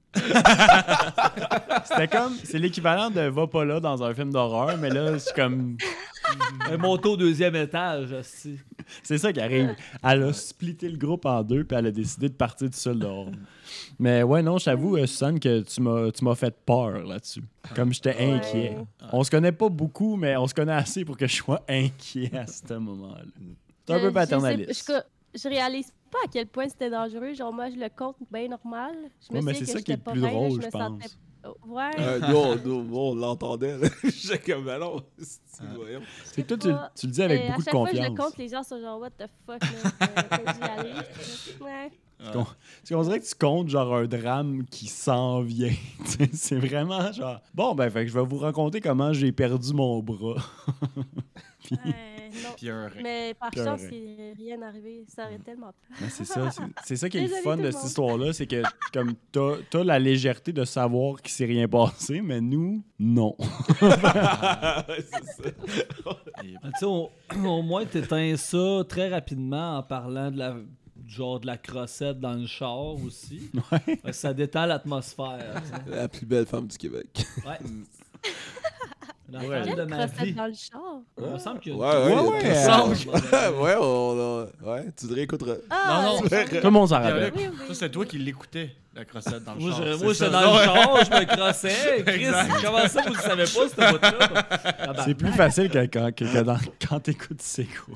C'était comme, c'est l'équivalent de Va pas là dans un film d'horreur, mais là, c'est comme, Un moto au deuxième étage, aussi. c'est ça qui arrive. Elle a splitté le groupe en deux, puis elle a décidé de partir tout seul dehors. Mais ouais, non, j'avoue, euh, Susan, que tu m'as, tu m'as fait peur là-dessus. Comme j'étais Ouais. inquiet. On se connaît pas beaucoup, mais on se connaît assez pour que je sois inquiet à ce moment-là. C'est un Euh, peu je paternaliste. sais- Je, je réalise pas à quel point c'était dangereux. Genre, moi, je le compte bien normal. Je me Ouais, mais souviens c'est que ça qui est j'étais le pas plus bien, là, drôle, je je me pense. sentais- Oh, ouais. Euh, nous, on, nous, nous, on l'entendait. là. J'étais comme, ben non, c'est- voyons. C'est que toi, pas- tu, tu le dis avec Euh, beaucoup à de chaque fois que je confiance. le compte, les gens sont genre, what the fuck, là. euh, faut que j'y aille. Ouais. Parce qu'on dirait que tu comptes genre un drame qui s'en vient. Tu sais, c'est vraiment genre. Bon, ben, fait que je vais vous raconter comment j'ai perdu mon bras. Euh, non. Puis un rein. Mais par Puis un chance, rein. c'est rien arrivé. Ça aurait tellement peur. Mais c'est ça, c'est, c'est ça qui est le Désolée, fun tout de le cette monde. histoire-là, c'est que comme t'as, t'as la légèreté de savoir qu'il s'est rien passé, mais nous, non. Ouais, c'est ça. Et- Ben, tu sais, au, au moins, t'éteins ça très rapidement en parlant de la, genre de la crossette dans le char aussi. Fait que ça détend l'atmosphère. tu sais. La plus belle femme du Québec. Ouais. La Ouais. femme de Quelle ma crossette vie. dans le char. Il me semble qu'il y a Ouais, ouais, Ouais, il y a ouais, tout euh, ça. Ouais, on, on- ouais, tu te réécouteras. Ah, Non, non. d'accord. Tout le monde s'en Pierre-Luc, rappelle. Oui, oui. Ça, c'est toi qui l'écoutais, la crossette dans le Moi, char. je- c'est moi ça. j'étais dans Ouais. le char, je me crossais. Chris, Exact. comment ça, vous le savez pas, ce bout-là? C'est plus facile que quand, que, que dans- quand t'écoutes c'est quoi.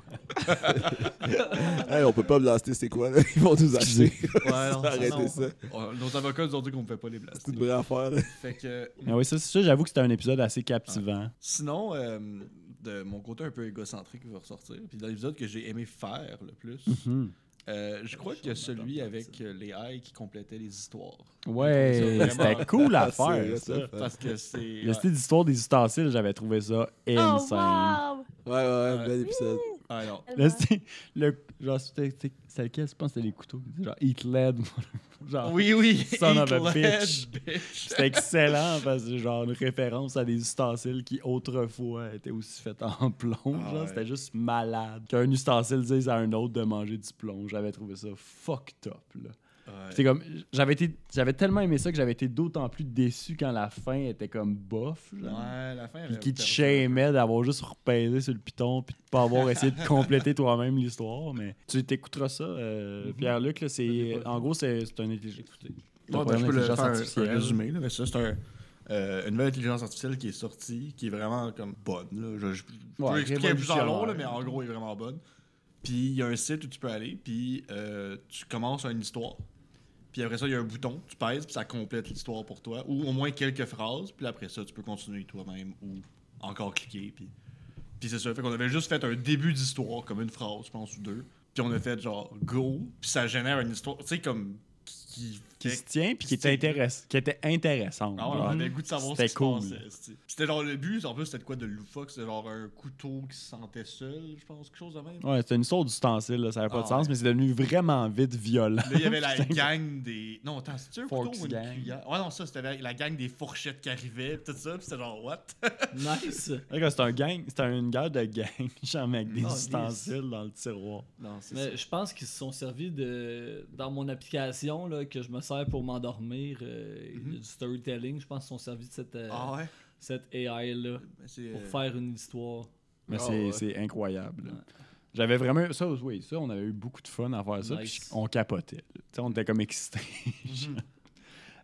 Hey, on peut pas blaster, c'est quoi, là? Ils vont nous acheter. Ouais, non, Arrêtez non. ça. Oh, nos avocats nous ont dit qu'on ne pouvait pas les C'est blaster. une vraie affaire, là. Fait que, Ah oui, ça, ça, j'avoue que c'était un épisode assez captivant. sinon, euh, de mon côté un peu égocentrique qui va ressortir, puis dans l'épisode que j'ai aimé faire le plus, Mhm. euh, je crois qu'il y a celui avec euh, les haies qui complétaient les histoires. Ouais, Vraiment- c'était cool à Ah, c'est faire, vrai, ça. ça. Parce que c'est. Le style d'histoire des ustensiles, j'avais trouvé ça Oh, insane. wow! Ouais, ouais, ouais, bel épisode. Ah, non. Le style- le, genre, c'était, c'était, c'était lequel? Je pense que c'était les couteaux. Genre, Eat Lead. Genre, Oui, oui. Son of a Eat bitch. lead, bitch. C'était excellent parce que c'est genre une référence à des ustensiles qui autrefois étaient aussi faits en plomb. Ah genre, ouais. C'était juste malade. Qu'un ustensile dise à un autre de manger du plomb. J'avais trouvé ça fucked up. Là. Ouais. C'est comme, j'avais, été, j'avais tellement aimé ça que j'avais été d'autant plus déçu quand la fin était comme bof. Genre. Ouais, la fin. Puis elle qui te perdu. shamait d'avoir juste repaisé sur le piton puis de pas avoir essayé de compléter toi-même l'histoire. Mais tu t'écouteras ça, euh, Mhm. Pierre-Luc. Là, Je l'ai c'est, pas en vu. gros, c'est, c'est un intelligent. Ouais, ben, je peux le faire un, un résumé. Là, mais ça, c'est un, euh, une nouvelle intelligence artificielle qui est sortie, qui est vraiment comme bonne. Là. Je, je, je Ouais, peux expliquer plus en long, là, révolutionnaire. mais en gros, elle est vraiment bonne. Puis il y a un site où tu peux aller, puis euh, tu commences une histoire. Puis après ça, il y a un bouton, tu pèses, puis ça complète l'histoire pour toi. Ou au moins quelques phrases, puis après ça, tu peux continuer toi-même ou encore cliquer. Puis, puis c'est ça. Fait qu'on avait juste fait un début d'histoire, comme une phrase, je pense, ou deux. Puis on a fait genre go, puis ça génère une histoire, tu sais, comme. Qui, Qui se tient puis qui était, intéress... qui était intéressante. Ah ouais, genre. on avait le goût de savoir ce C'était qui se cool. passait. c'était- C'était genre le but, en plus, c'était de quoi de loufoque? C'était genre un couteau qui se sentait seul, je pense, quelque chose de même. Ouais, c'était une histoire d'ustensiles, là, ça n'avait pas Ah de sens, ouais. mais c'est devenu vraiment vite violent. Là, il y avait la gang des. Non, attends, c'était un Forks couteau ou une gang. cuillère? Ouais, non, ça, c'était la gang des fourchettes qui arrivaient, pis tout ça, pis c'était genre, what? Nice. Là, quand c'était un gang, c'était une guerre de gang, genre avec des Oh, ustensiles dans le tiroir. Non, c'est Mais je pense qu'ils se sont servis de dans mon application là, que je me sers pour m'endormir euh, Mhm. du storytelling. Je pense qu'ils se sont servis de cette, euh, Ah ouais? cette A I là Mais c'est, pour euh, faire une histoire. Mais Ah c'est, ouais. c'est incroyable. là. Ouais. J'avais vraiment. Ça, oui, ça, on avait eu beaucoup de fun à faire ça. Nice. Puis on capotait. là. Tu sais, on était comme excités. Mhm.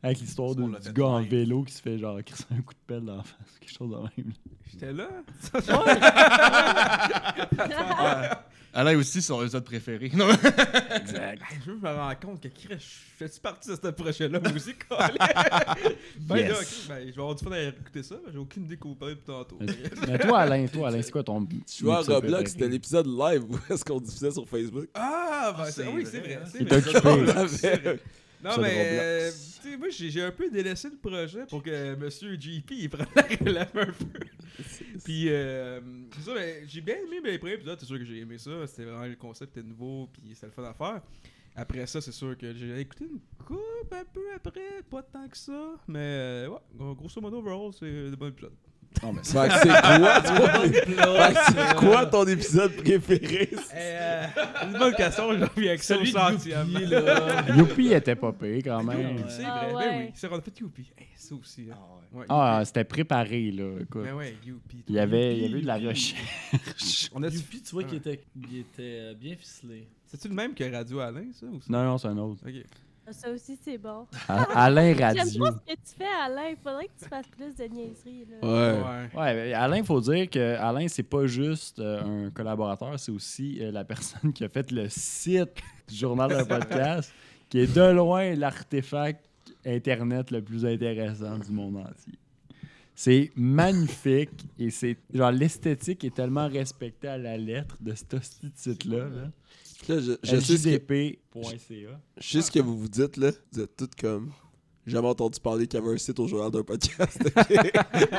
Avec l'histoire de, On l'a du fait gars en live. vélo qui se fait genre crisser un coup de pelle dans la face. Quelque chose de même. J'étais là. Alain aussi, c'est son épisode préféré. Non, Exact. Hey, je me rends compte que Chris, je fais partie de ce projet-là, moi aussi, Colin. Ben Yes. là, ok, ben, je vais avoir du fun à écouter ça, mais j'ai aucune idée qu'on parlait depuis tantôt. Mais toi, Alain, toi, Alain, c'est quoi ton. Tu vois à épisode Roblox, préféré? c'était l'épisode live où est-ce qu'on diffusait sur Facebook. Ah, ben Ah, c'est c'est oui, vrai, c'est vrai. hein. c'est Il vrai. est occupé. On l'avait. Non, Ça de mais Roblox. euh, tu sais, moi, j'ai j'ai un peu délaissé le projet pour que Monsieur G P il prenne la relève un peu. Puis, euh, c'est ça, mais j'ai bien aimé les premiers épisodes, c'est sûr que j'ai aimé ça. C'était vraiment le concept était nouveau, puis c'était le fun à faire. Après ça, c'est sûr que j'ai écouté une coupe un peu après, pas tant que ça. Mais euh, ouais, grosso modo, overall, c'est des bons épisodes. Non, mais Fait que c'est quoi, ton... fait que c'est quoi ton épisode préféré? Euh, une bonne question, j'ai envie avec ça au Celui de centième. Youpi, là. Youpi était pas pire quand même. Youpi, c'est Ah vrai, ouais. ben oui. C'est on a fait Youpi. Hey, ça aussi. Hein. Ouais, Ah, Youpi. c'était préparé, là. Écoute. Ben ouais, Youpi. Il y avait, il y Youpi, avait eu de la Youpi. recherche. On a Youpi, tu vois qu'il Ouais. était, il était euh, bien ficelé. C'est-tu le même que Radio Alain, ça? Ou ça? Non, non, c'est un autre. Ok. Ça aussi, c'est bon. A- Alain J'aime Radio. pas ce que tu fais, Alain. Il faudrait que tu fasses plus de niaiseries. Là. Ouais. Ouais, mais Alain, il faut dire que Alain, c'est pas juste euh, un collaborateur, c'est aussi euh, la personne qui a fait le site du journal d'un podcast, qui est de loin l'artefact Internet le plus intéressant du monde entier. C'est magnifique et c'est genre l'esthétique est tellement respectée à la lettre de ce hostie de site-là. Là. Là, je, je sais ce que, L J D P point C A. je sais ce que vous vous dites, là. Vous êtes toutes comme... J'ai jamais entendu parler qu'il y avait un site au journal d'un podcast. ok?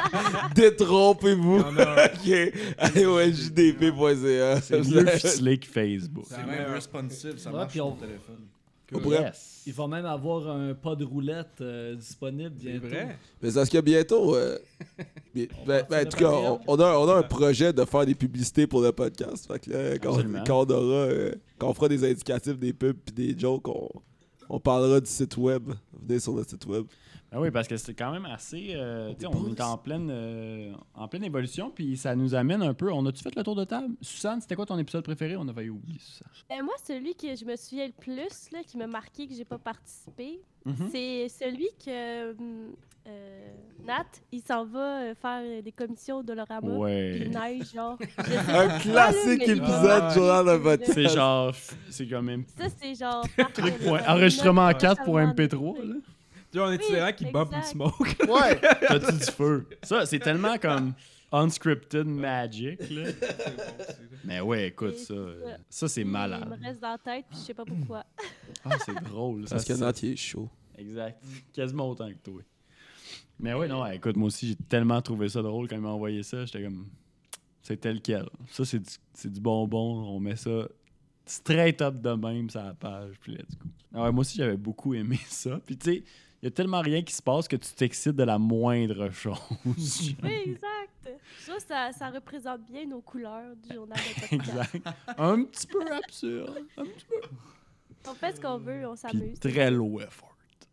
Détrompez-vous. Non, non. Ok. Allez au L J D P point C A. C'est mieux ficelé que Facebook. C'est même responsive, ça Ouais, marche puis sur on- le téléphone. On pourrait- Yes. Il va même avoir un pas de roulette euh, disponible C'est bientôt. vrai. Mais c'est parce que bientôt... euh, bi- ben, ben, en tout cas, on, on a, on a un projet de faire des publicités pour le podcast. Fait que là, quand, Absolument. quand on aura... euh, quand on fera des indicatifs, des pubs puis des jokes, on, on parlera du site web. Venez sur notre site web. Ah oui, parce que c'est quand même assez. euh, tu sais, on est en pleine, euh, en pleine évolution, puis ça nous amène un peu. On a-tu fait le tour de table? Suzanne, c'était quoi ton épisode préféré? On a failli oublier Suzanne. Euh, moi, celui que je me souviens le plus, là, qui m'a marqué que j'ai pas participé, Mhm. c'est celui que hum, euh, Nat, il s'en va euh, faire des commissions au Dolorama. Puis Ouais. il neige, genre. Je sais Un pas, là, classique mais il m'a épisode marqué, du journal d'un là. podcast. C'est genre. f- C'est quand même. Ça, c'est genre. parfait, Truc là. point- Ça me enregistrement note quatre pour totalement M P trois. des Là. trucs. Tu vois, on est Oui, itinérant qui bump exact. une smoke. Ouais. T'as-tu du feu? Ça, c'est tellement comme unscripted magic. Là. Mais ouais, écoute, ça. euh, Ça, c'est Il malade. me reste dans la tête, puis je sais pas pourquoi. Ah, c'est drôle. Ça, Parce que ça- Nat, il est chaud. Exact. Quasiment autant que toi. Mais ouais, non, écoute, moi aussi, j'ai tellement trouvé ça drôle quand il m'a envoyé ça. J'étais comme. C'est tel quel. Ça, c'est du, c'est du bonbon. On met ça straight up de même sur la page. Puis let's go. Ah ouais, moi aussi, j'avais beaucoup aimé ça. Puis tu sais, il y a tellement rien qui se passe que tu t'excites de la moindre chose. Oui, exact. Ça, ça, ça représente bien nos couleurs du journal de podcast. Exact. Un petit peu absurde. Un petit peu. On fait ce qu'on veut, on Puis s'amuse. très low effort.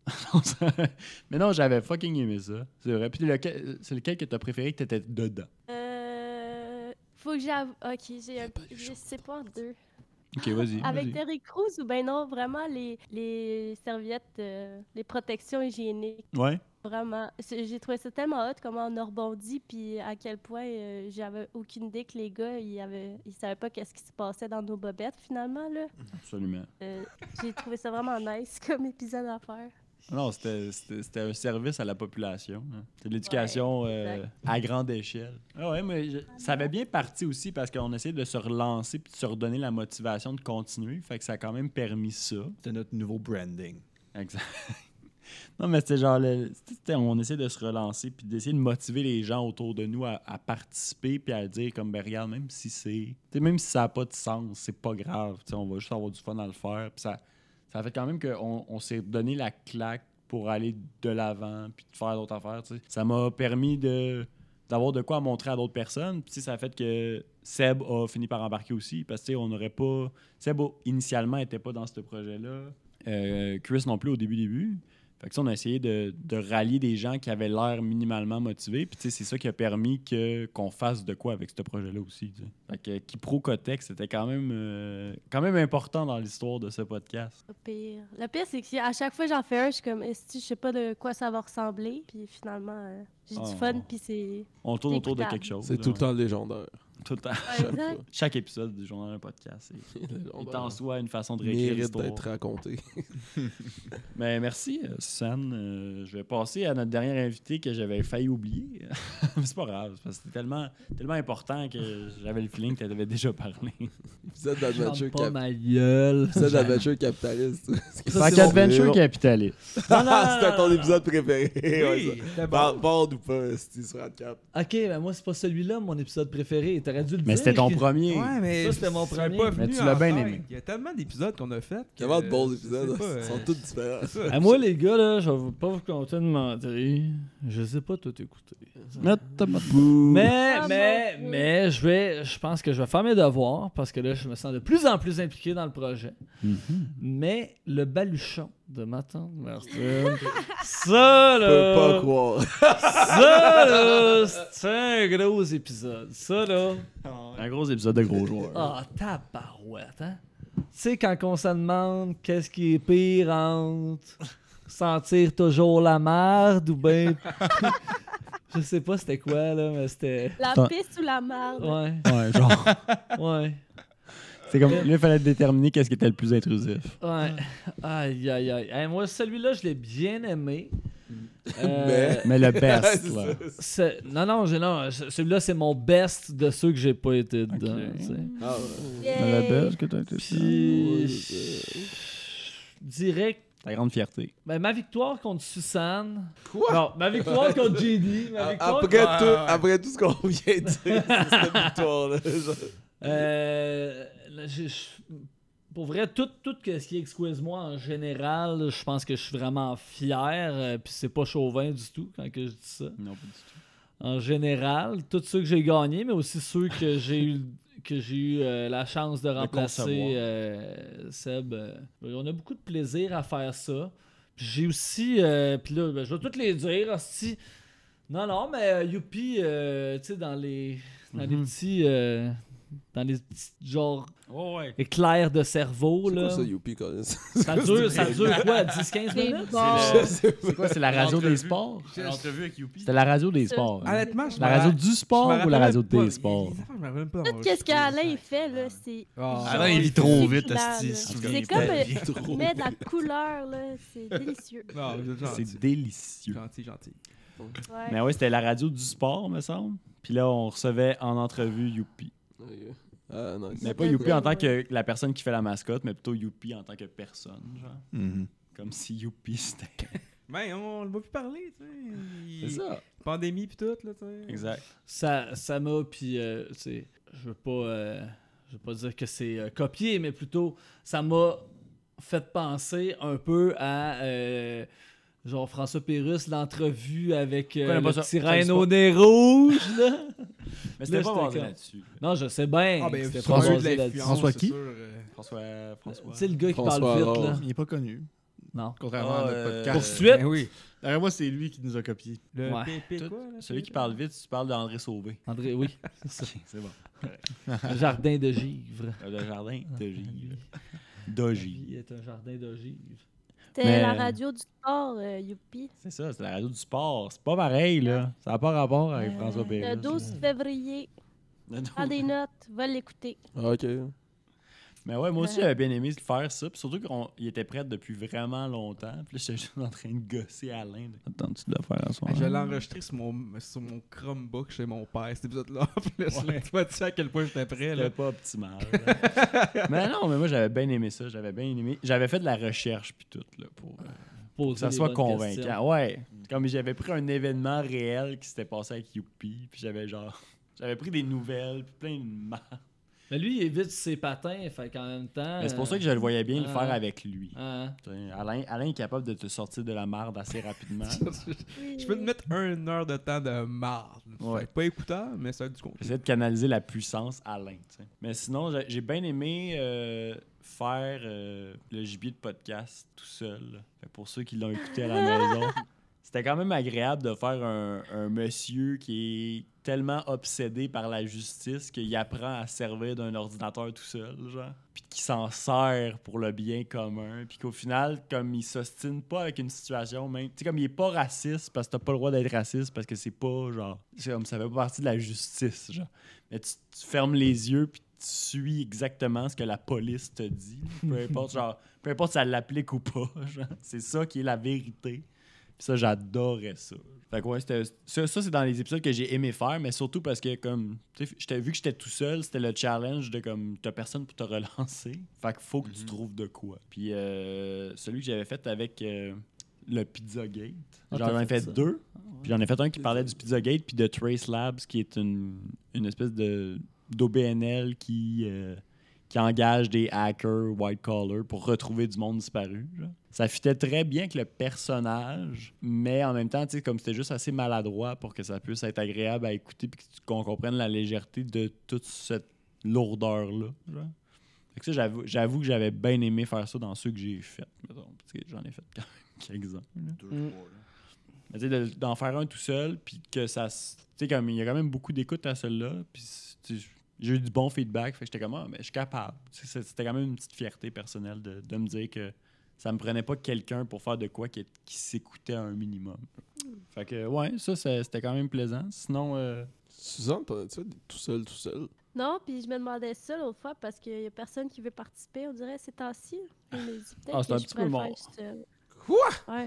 Mais non, j'avais fucking aimé ça. C'est vrai. Puis lequel- c'est lequel que t'as préféré que t'étais dedans? Euh, faut que j'avoue. Ok, j'ai un. Je sais pas en deux. Ok, vas-y. Avec vas-y. Terry Crews ou ben non, vraiment les, les serviettes, euh, les protections hygiéniques. Ouais. Vraiment. C'est- J'ai trouvé ça tellement hot comment on a rebondi, puis à quel point euh, j'avais aucune idée que les gars, ils, avaient, ils savaient pas qu'est-ce qui se passait dans nos bobettes finalement. Là. Absolument. Euh, J'ai trouvé ça vraiment nice comme épisode à faire. Non, c'était c'était- c'était un service à la population. Hein. C'était de l'éducation Ouais, euh, exact. à grande échelle. Ah ouais, mais je- ça avait bien parti aussi parce qu'on essayait de se relancer puis de se redonner la motivation de continuer. Fait que ça a quand même permis ça. C'était notre nouveau branding. Exact. Non, mais c'était genre, le- c'était- on essaie de se relancer puis d'essayer de motiver les gens autour de nous à, à participer puis à dire comme, ben regarde, même si c'est, tu sais, même si ça n'a pas de sens, c'est pas grave, tu sais, on va juste avoir du fun à le faire. Puis ça, ça fait quand même qu'on on s'est donné la claque pour aller de l'avant puis de faire d'autres affaires, tu sais. Ça m'a permis de d'avoir de quoi montrer à d'autres personnes. Puis tu sais, ça a fait que Seb a fini par embarquer aussi parce que tu sais, on n'aurait pas, Seb initialement était pas dans ce projet-là. Euh, Chris non plus au début début. Fait que ça, on a essayé de, de rallier des gens qui avaient l'air minimalement motivés. Puis tu sais, c'est ça qui a permis que, qu'on fasse de quoi avec ce projet-là aussi. Tu sais. Fait que Kiprocotex, c'était quand même, euh, quand même important dans l'histoire de ce podcast. Le pire. Le pire, c'est qu'à chaque fois que j'en fais un, je suis comme, est-ce que je sais pas de quoi ça va ressembler. Puis finalement, euh, j'ai Oh. du fun, puis c'est. On tourne C'est autour de écoutable. quelque chose. C'est là. tout le temps légendaire. Tout le temps. Chaque Exact. fois. Chaque épisode du journal d'un podcast, c'est est en soi une façon de réécrire Mérite l'histoire. d'être raconté. Mais merci, euh, Suzanne. Euh, je vais passer à notre dernier invité que j'avais failli oublier. Mais c'est pas grave, parce que c'était tellement, tellement important que j'avais le feeling que tu avais déjà parlé. Épisode Chante d'Adventure pas cap... ma gueule. épisode d'Adventure capitaliste. Ça, Fait c'est qu'Adventure mon- capitaliste. Non, non, non, C'était non, ton non, épisode préféré. ouais, Oui, ça. c'était Bord bon. bord ou pas, c'était sur Radcap. Ok, ben moi, c'est pas celui-là, mon épisode préféré. T'aurais dû le Mais dire. c'était ton premier. Ouais, mais Ça, c'était mon c'est premier. pas Mais venu tu l'as en bien tête. aimé. Il y a tellement d'épisodes qu'on a fait. que- Tellement de bons je épisodes, sais pas, ils sont euh, tous différents. c'est ça. Ah, moi, les gars, là, je vais pas vous compter de mentir. Je sais pas tout écouter. Mais, Ah, mais, mon Dieu. mais, je vais, je pense que je vais faire mes devoirs parce que là, je me sens de plus en plus impliqué dans le projet. Mais le baluchon de ma tante Martine, ça, Je peux pas là, croire. ça, là, c'est un gros épisode. Ça, là, Un gros épisode de gros joueurs. ah, tabarouette, hein? Tu sais, quand on se demande qu'est-ce qui est pire entre sentir toujours la merde ou bien. Je sais pas c'était quoi, là, mais c'était. La Attends. piste ou la merde? Ouais, Ouais, genre. ouais, C'est comme. Là, il fallait déterminer qu'est-ce qui était le plus intrusif. ouais. Aïe, aïe, aïe. Hey, moi, celui-là, je l'ai bien aimé. Euh, Mais- Mais le best, C'est là. ça. c'est- Non, non, j'ai- non, ce- celui-là, c'est mon best de ceux que j'ai pas été dedans. Ok. tu sais. Ah ouais. Yay. Mais le best que t'as été. Puis. Ouais, Je dirais que Ta grande fierté. ben, ma victoire contre Suzanne. Quoi? Non, ma victoire contre J D. Ma A- victoire Après, Ouais, tout, ouais, ouais. après tout ce qu'on vient de dire, c'est cette victoire-là. genre. Euh, là, j'ai- je- pour vrai, tout, tout ce qui est Excuse-moi en général, je pense que je suis vraiment fier. euh, Puis c'est pas chauvin du tout quand que je dis ça. Non, pas du tout. En général, tous ceux que j'ai gagnés, mais aussi ceux que j'ai eu que j'ai eu euh, la chance de remplacer concevoir. euh, Seb. euh, on a beaucoup de plaisir à faire ça. Puis j'ai aussi, euh, puis là, ben, je vais toutes les dire, hostie. Non, non, mais euh, Youpi, euh, tu sais, dans les, dans les Mhm. petits, euh, dans les petits, genre, Oh, ouais. éclairs de cerveau, C'est là. quoi ça, Youpi, Collins? Ça dure, ça dure quoi, dix quinze Les minutes? bords. Je sais pas. C'est quoi, c'est la radio des L'entrevue. sports? J'ai l'entrevue avec Youpi. C'était la radio des sports. hein? Honnêtement, je La me radio ra- du je sport me ou la rappelle radio pas- des sports? les affaires, je me rappelle pas Tout d'avoir ce écouté. qu'Alain fait, là, c'est. Ah. Alain, il vit trop C'est vite, plat, asti. là. C'est C'est comme- comme. il euh, Trop. Met de la couleur, là. C'est délicieux. Non, vous êtes gentil. C'est délicieux. Gentil, gentil. Ouais. Mais ouais, c'était la radio du sport, me semble. Puis là, on recevait en entrevue Youpi. Ok. Ah, nice. Mais pas C'était Youpi en bien, tant que la personne qui fait la mascotte, mais plutôt Youpi en tant que personne, genre. Mhm. Comme si Youpi, c'était... Ben, on le voit plus parler, tu sais. Il- C'est ça. Pandémie pis tout, là, tu sais. Exact. Ça, ça m'a, puis, euh, tu sais, je veux pas, euh, je veux pas dire que c'est euh, copié, mais plutôt, ça m'a fait penser un peu à, euh, genre, François Pérusse, l'entrevue avec euh, connais le pas ça. petit Ça existe reine au pas. nez rouge, là. Mais c'était Là, pas j'étais basé comme- là-dessus. Non, je sais bien. Ah, ben, c'était François pas de basé l'influence, là-dessus. François c'est qui? sûr, euh, François... François... Tu sais, le gars qui François parle vite, Rose. là. Il est pas connu. Non. Contrairement Ah, à notre euh, podcast. Poursuite. Ben oui. D'après moi, c'est lui qui nous a copié. Le Ouais. P P Tout- quoi, là? Celui qui parle vite, tu parles d'André Sauvé. André, oui, c'est ça. C'est bon. Un jardin de givre. Le jardin de Givre. La D'Ogive. vie est un jardin de givre. C'était Mais- la radio du sport, euh, Youpi. C'est ça, c'est la radio du sport. C'est pas pareil, là. Ça n'a pas rapport avec Euh, François Le Pérusse. douze février. Prends des notes, va l'écouter. Ah, ok. Mais ouais, moi aussi, Ouais. j'avais bien aimé le faire ça. Puis surtout qu'il était prêt depuis vraiment longtemps. Puis là, j'étais juste en train de gosser Alain. Attends, tu dois faire à soir. Hey, je l'ai enregistré sur mon, sur mon Chromebook chez mon père, cet épisode-là. Puis là, Ouais. tu vois, tu sais à quel point j'étais prêt, là. C'était pas optimal. là. mais non, mais moi, j'avais bien aimé ça. J'avais bien aimé. J'avais fait de la recherche, puis tout, là, pour euh, Poser que ça les soit bonnes convaincant. questions. Ouais. Comme j'avais pris un événement réel qui s'était passé avec Youpi. Puis j'avais genre. J'avais pris des nouvelles, puis plein de marques. Mais lui, il est vite sur ses patins, fait qu'en même temps... Mais c'est pour ça que je le voyais bien le euh, faire avec lui. Ah, T'sais, Alain, Alain est capable de te sortir de la marde assez rapidement. Je peux te mettre une heure de temps de marde. Ouais. Fait que pas écoutable, mais ça a du contenu. J'essaie de canaliser la puissance Alain. t'sais. Mais sinon, j'ai- j'ai bien aimé euh, faire euh, le gibier de podcast tout seul. là. Fait que pour ceux qui l'ont écouté à la maison, c'était quand même agréable de faire un, un monsieur qui est tellement obsédé par la justice qu'il apprend à servir d'un ordinateur tout seul, genre. Puis qui s'en sert pour le bien commun. Puis qu'au final, comme il s'ostine pas avec une situation, même. Tu sais, comme il est pas raciste parce que t'as pas le droit d'être raciste parce que c'est pas, genre. C'est comme ça fait pas partie de la justice, genre. Mais tu, tu fermes les yeux puis tu suis exactement ce que la police te dit. Peu importe, genre. Peu importe si elle l'applique ou pas, genre. C'est ça qui est la vérité. Puis ça, j'adorais ça. Fait que ouais, c'était, ça, ça, c'est dans les épisodes que j'ai aimé faire, mais surtout parce que, comme, tu sais, j'étais- vu que j'étais tout seul, c'était le challenge de, comme, t'as personne pour te relancer. Fait qu'il faut que tu Mhm. trouves de quoi. Puis euh, celui que j'avais fait avec euh, le Pizzagate, Ah, j'en t'as ai fait fait ça. deux. Puis j'en ai fait un qui parlait du Pizzagate, puis de Trace Labs, qui est une, une espèce de d'O B N L qui, euh, qui engage des hackers white collar pour retrouver du monde disparu. genre. Ça fitait très bien avec le personnage, mais en même temps, tu sais, comme c'était juste assez maladroit pour que ça puisse être agréable à écouter puis que tu- qu'on comprenne la légèreté de toute cette lourdeur-là. genre. Fait que ça, j'avoue, j'avoue que j'avais bien aimé faire ça dans ceux que j'ai fait. mettons, parce que j'en ai fait quand même quelques-uns. là. Deux, Mm. trois, là. Mais tu sais, de- d'en faire un tout seul, puis que ça. s- Tu sais, comme il y a quand même beaucoup d'écoute à celui-là, puis tu sais, j'ai eu du bon feedback, fait que j'étais comme, ah, mais je suis capable. Tu sais, c'est- C'était quand même une petite fierté personnelle de, de me dire que ça me prenait pas quelqu'un pour faire de quoi qui, qui s'écoutait un minimum. Fait que, ouais, ça, c'est- c'était quand même plaisant. Sinon, euh, Suzanne, pendant-tu tout seul, tout seul? Non, puis je me demandais ça l'autre fois parce qu'il y a personne qui veut participer, on dirait, ces temps-ci. Je me dis peut-être Ah, c'est que un je petit pourrais peu le faire mort. seule. Quoi? Ouais.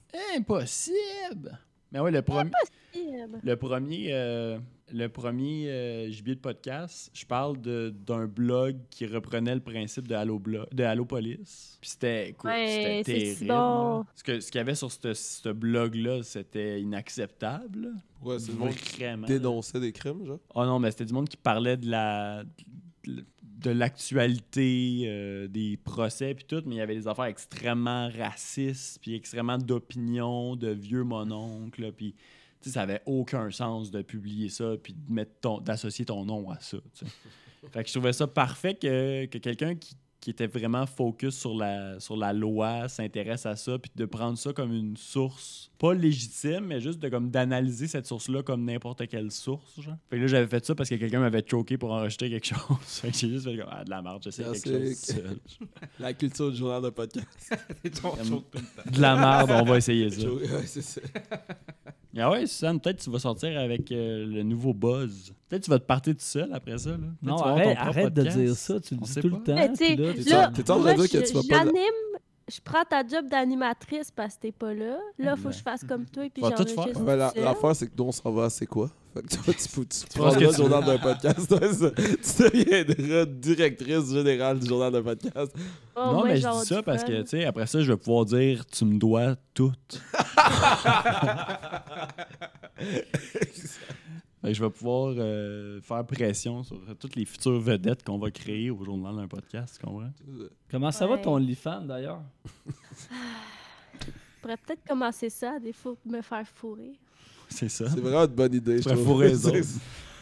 impossible! Mais ouais, le premier. Possible. Le premier, euh, le premier euh, gibier de podcast, je parle de- d'un blog qui reprenait le principe de Allo, Blo- de Allo Police. Puis c'était, écoute, Ouais, c'était c'est terrible. si là. bon. Ce que- ce qu'il y avait sur ce ce blog-là, c'était inacceptable. là. Ouais, c'est le monde qui Vraiment. dénonçait des crimes, genre. Oh non, mais c'était du monde qui parlait de la de de l'actualité, euh, des procès puis tout, mais il y avait des affaires extrêmement racistes, puis extrêmement d'opinion, de vieux mononcles, puis tu sais, ça avait aucun sens de publier ça puis de mettre ton, d'associer ton nom à ça. tu sais. Fait que je trouvais ça parfait que, que quelqu'un qui, qui était vraiment focus sur la, sur la loi s'intéresse à ça puis de prendre ça comme une source pas légitime, mais juste de comme d'analyser cette source-là comme n'importe quelle source. Genre. Fait que là, j'avais fait ça parce que quelqu'un m'avait choqué pour enregistrer quelque chose. Fait que j'ai juste fait comme, ah, de la merde, j'essaie quelque chose Classique. seul. La culture du journal de podcast. C'est ton show de tout le temps. De la merde, on va essayer ça. Ouais, c'est ça. Ah ouais, Suzanne, peut-être tu vas sortir avec euh, le nouveau buzz. Peut-être tu vas te partir tout seul après ça. Là. Peut-être Non, tu vas avoir arrête, ton propre arrête de podcast. dire ça, tu le On dis sait tout pas. le temps. Mais tu sais, puis là, T'es là, en- t'es en train de moi, dire que je- tu vas pas- j'anime, je prends ta job d'animatrice parce que t'es pas là. Là, faut que je fasse comme toi et puis Tu vas tout j'enregistre faire. Ouais, la- tout seul. L'affaire, c'est que nous, on s'en va, c'est quoi? Fait que toi, tu, peux- tu penses prends que le tu journal d'un podcast. ouais, ça. Tu deviendras directrice générale du journal d'un podcast. Oh, non, moi, mais je genre dis ça du parce fun. que, tu sais, après ça, je vais pouvoir dire tu me dois tout. Fait que je vais pouvoir euh, faire pression sur toutes les futures vedettes qu'on va créer au journal d'un podcast, tu comprends? Comment ça va Ouais. ton OnlyFans d'ailleurs? Je pourrais peut-être commencer ça, à défaut de me faire fourrer. C'est ça. C'est vraiment une bonne idée, je pourrais trouve. fourrer les C'est- autres.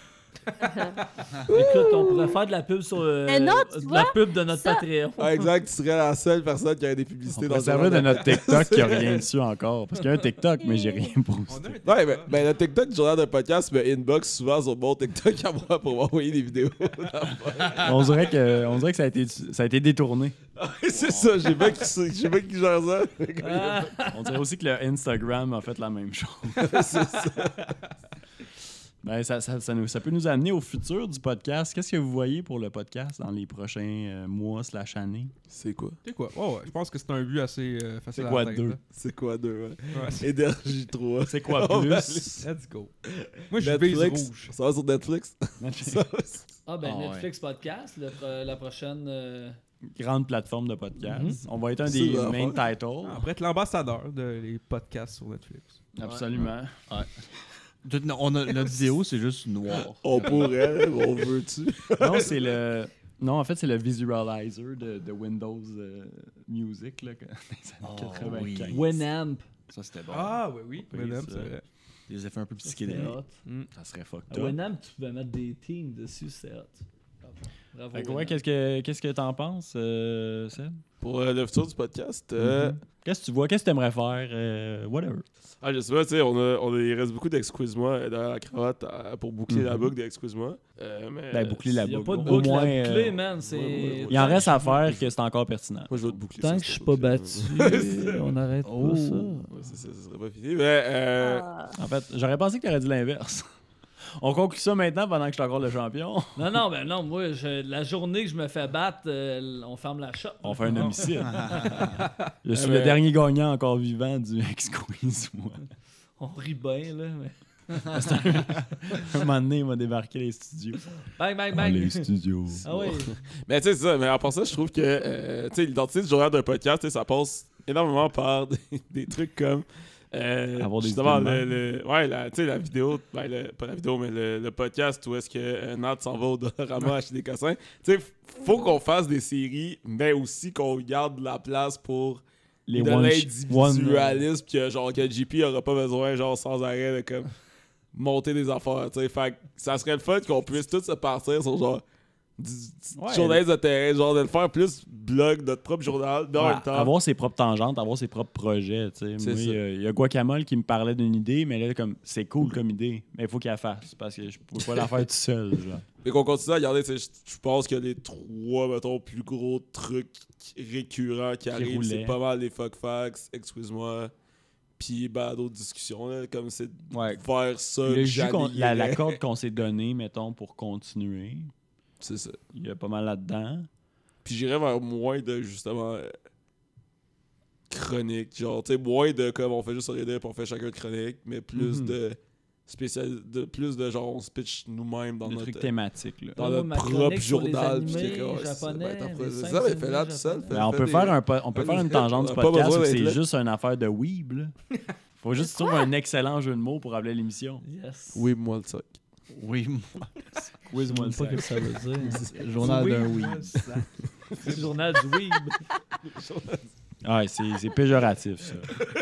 Écoute, on pourrait faire de la pub sur euh, Mais non, tu de vois, la pub de notre ça- Patreon. Ah, exact, tu serais la seule personne qui aurait des On publicités dans pourrait le servir de journal. notre TikTok qui a rien dessus encore. Parce qu'il y a un TikTok, mais j'ai rien On posté. a un Ouais, mais, mais le TikTok du journal de podcast me inbox souvent sur mon TikTok à moi pour m'envoyer des vidéos. On dirait que, on dirait que ça, a été, ça a été détourné. c'est ça, j'ai pas qui, je sais pas qui gère ça. Ah, On dirait aussi que le Instagram a fait la même chose. c'est ça. Ben, ça, ça, ça, nous- ça peut nous amener au futur du podcast. Qu'est-ce que vous voyez pour le podcast dans les prochains euh, mois slash années? C'est quoi? C'est quoi? Ouais, ouais, je pense que c'est un but assez euh, facile C'est à quoi, atteindre, deux? là. C'est quoi deux? Ouais. Ouais, c'est- Énergie trois. C'est quoi On va plus? Let's go. Moi, je vise Netflix. rouge. Ça va sur Netflix? Ça, c'est- Ah, ben Ah, ouais. Netflix Podcast, le pro- la prochaine. euh, Grande plateforme de podcast. On va être un C'est des la main affaire. titles. Ah, Après être l'ambassadeur de les podcasts sur Netflix. Absolument. De- non, on a, notre vidéo, c'est juste noir. On pourrait, mais on veut-tu? Non, c'est le. Non, en fait, c'est le visualizer de, de Windows euh, Music, là, que- des années Oh, quatre-vingt-quinze. oui. Winamp. Ça, c'était bon. Ah, oui, oui. Oui, Madame, ça. c'est vrai. Des effets un peu C'était psychédéliques. hot. Mm. Ça serait fucked À up. Winamp, tu pouvais mettre des teams dessus, c'est hot. Bravo. Fait que Winamp. ouais, qu'est-ce que qu'est-ce que t'en penses, euh, Seb? Pour euh, le futur du podcast, euh, Mhm. Qu'est-ce que tu vois? Qu'est-ce que t'aimerais faire? Euh, whatever. ah, je sais pas, tu sais, on a, on a, il reste beaucoup d'Excuse-moi dans la cravate euh, pour boucler la Mhm. boucle d'Excuse-moi. Euh, mais, Ben, boucler la Il n'y a boucle. pas de Au boucle moins, à euh, boucler, man. C'est... ouais, ouais, ouais. Il en reste à faire que c'est encore pertinent. Moi, je vais te boucler. Tant ça, que c'est je suis pas pas bouclé. battu, on arrête Oh. pas ça. Ouais, c'est ça, ça serait pas fini. Mais, euh, Ah. En fait, j'aurais pensé que t'aurais dit l'inverse. On conclut ça maintenant pendant que je suis encore le champion. Non, non, ben non, moi, je- la journée que je me fais battre, euh, on ferme la shop. On fait un homicide. Je suis Eh le ben- dernier gagnant encore vivant du X-Quiz, moi. On rit bien, là. Mais... Un moment donné, il m'a débarqué les studios. Bang, bang, Dans bang. les studios. Ah oui. mais tu sais, c'est ça. Mais à part ça, je trouve que euh, tu sais, l'identité du journal d'un podcast, tu sais, ça passe énormément par des, des trucs comme. Euh, Avoir des justement, le, événements. le- ouais, la, tu sais, la vidéo, ben, le- pas la vidéo, mais le, le podcast où est-ce que euh, Nat s'en va au Dollarama acheter des cossins. Tu sais, faut qu'on fasse des séries, mais aussi qu'on garde de la place pour Les de one- one- l'individualisme, que genre que J P aura pas besoin, genre sans arrêt de comme monter des affaires. Tu sais, fait que ça serait le fun qu'on puisse tous se partir sur genre du, du Ouais. journalisme de terrain, genre de le faire plus blog, notre propre journal, mais en Ouais, même temps. avoir ses propres tangentes, avoir ses propres projets. tu sais. C'est Moi, ça. il y a Guacamole qui me parlait d'une idée, mais là, comme c'est cool comme idée, mais il faut qu'il la fasse parce que je pouvais pas la faire tout seul. Genre. Et qu'on continue à regarder, tu sais, je je pense que les trois, mettons, plus gros trucs récurrents qui, arrivent, roulaient. c'est pas mal les fuck facts, excuse-moi, puis ben, d'autres discussions, là, comme c'est Ouais. vers ça Le que jus qu'on- la, la j'allierais. corde qu'on s'est donnée, mettons, pour continuer, C'est ça. il y a pas mal là-dedans. Puis j'irais vers moins de, justement, euh, chronique, genre, tu sais, moins de comme on fait juste sur Reddit, puis on fait chacun de chronique, mais plus Mhm. de spécial, de plus de genre, on se pitch nous-mêmes dans Des notre... trucs thématiques. Là. dans Moi, notre ma propre chronique sur les journal, puis animés quelque chose, ouais, c'est ça. japonais, Ben, t'en les ferais cinq ça, mais animés fais-la tout seul, japonais. fais- Ben, on fais peut des- faire, un po- on peut fais faire des une sketchs, tangente on du a pas podcast besoin où d'être c'est là. juste une affaire de weeb. Là. Faut juste trouver un excellent jeu de mots pour appeler l'émission. Yes. Oui, moi le sac. Oui, Quiz-moi le Je sais pas sac. ce que ça veut dire. le journal d'un oui. C'est le journal du weeb. Ouais, c'est c'est péjoratif, ça.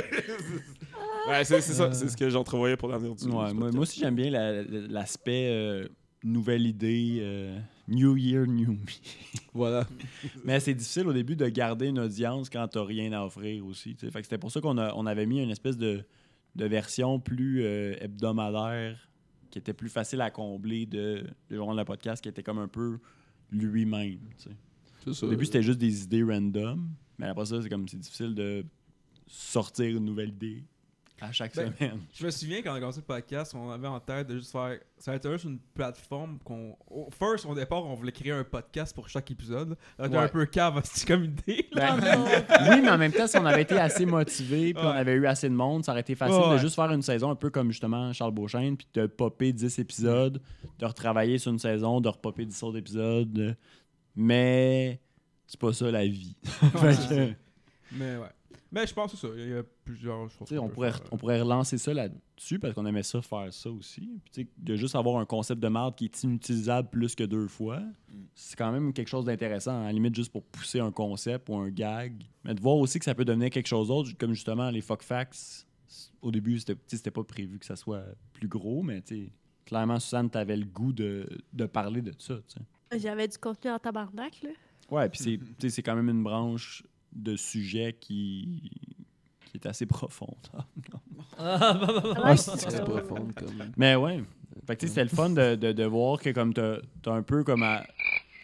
Ouais, c'est c'est ça, c'est ce que j'entrevoyais pour l'avenir du Ouais, du moi, podcast. moi aussi, j'aime bien la- l'aspect euh, nouvelle idée, euh, New Year, New Me. Voilà. Mais c'est difficile au début de garder une audience quand t'as rien à offrir aussi. tu sais. Fait que c'était pour ça qu'on a- on avait mis une espèce de, de version plus euh, hebdomadaire qui était plus facile à combler de le journal de podcast qui était comme un peu lui-même. tu sais. C'est ça. Au début, c'était juste des idées random, mais après ça, c'est comme c'est difficile de sortir une nouvelle idée à chaque Ben, semaine. Je me souviens quand on a commencé le podcast, on avait en tête de juste faire. Ça a été juste une plateforme qu'on. au- First, au départ, on voulait créer un podcast pour chaque épisode. Ça a été Ouais. un peu cave, c'était comme idée. Ben, Oh non. oui, mais en même temps, si on avait été assez motivé puis on Ouais. avait eu assez de monde, ça aurait été facile Ouais. de juste faire une saison un peu comme justement Charles Beauchesne, puis de popper dix épisodes, de retravailler sur une saison, de repopper dix autres épisodes. euh, Mais c'est pas ça la vie. Fait que, Mais ouais. Mais je pense que c'est ça. Il y a plusieurs choses. tu sais, on, qu'on peut pourrait, faire. on pourrait relancer ça là-dessus parce qu'on aimait ça faire ça aussi. Puis, tu sais, de juste avoir un concept de marde qui est inutilisable plus que deux fois, c'est quand même quelque chose d'intéressant. À la limite, juste pour pousser un concept ou un gag. Mais de voir aussi que ça peut devenir quelque chose d'autre, comme justement les fuck facts. Au début, c'était, tu sais, c'était pas prévu que ça soit plus gros, mais tu sais, clairement, Suzanne, t'avais le goût de, de parler de ça. tu sais. J'avais du contenu en tabarnak, là. Ouais, puis c'est, tu sais, c'est quand même une branche de sujet qui, qui est assez profonde. Ah, bah, bah, bah. Ah, C'est c'est très ça. profonde comme. Mais ouais. Fait que tu sais, c'était le fun de, de, de voir que comme t'as, t'as un peu comme à...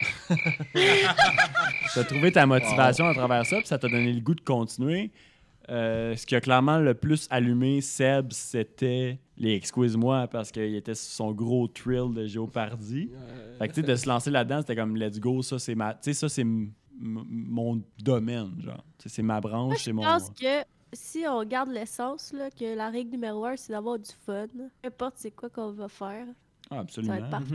t'as trouvé ta motivation à travers ça, puis ça t'a donné le goût de continuer. Euh, ce qui a clairement le plus allumé Seb, c'était les Excuse-moi, parce qu'il était sur son gros thrill de Géopardy. Fait que tu sais, de se lancer là-dedans, c'était comme let's go, ça c'est ma. Tu sais, ça c'est m- m- mon domaine, genre. Tu sais, c'est ma branche, Moi, c'est je mon. pense que si on garde l'essence, là, que la règle numéro un, c'est d'avoir du fun. Peu importe c'est quoi qu'on va faire, Ah, ça absolument. va être parfait.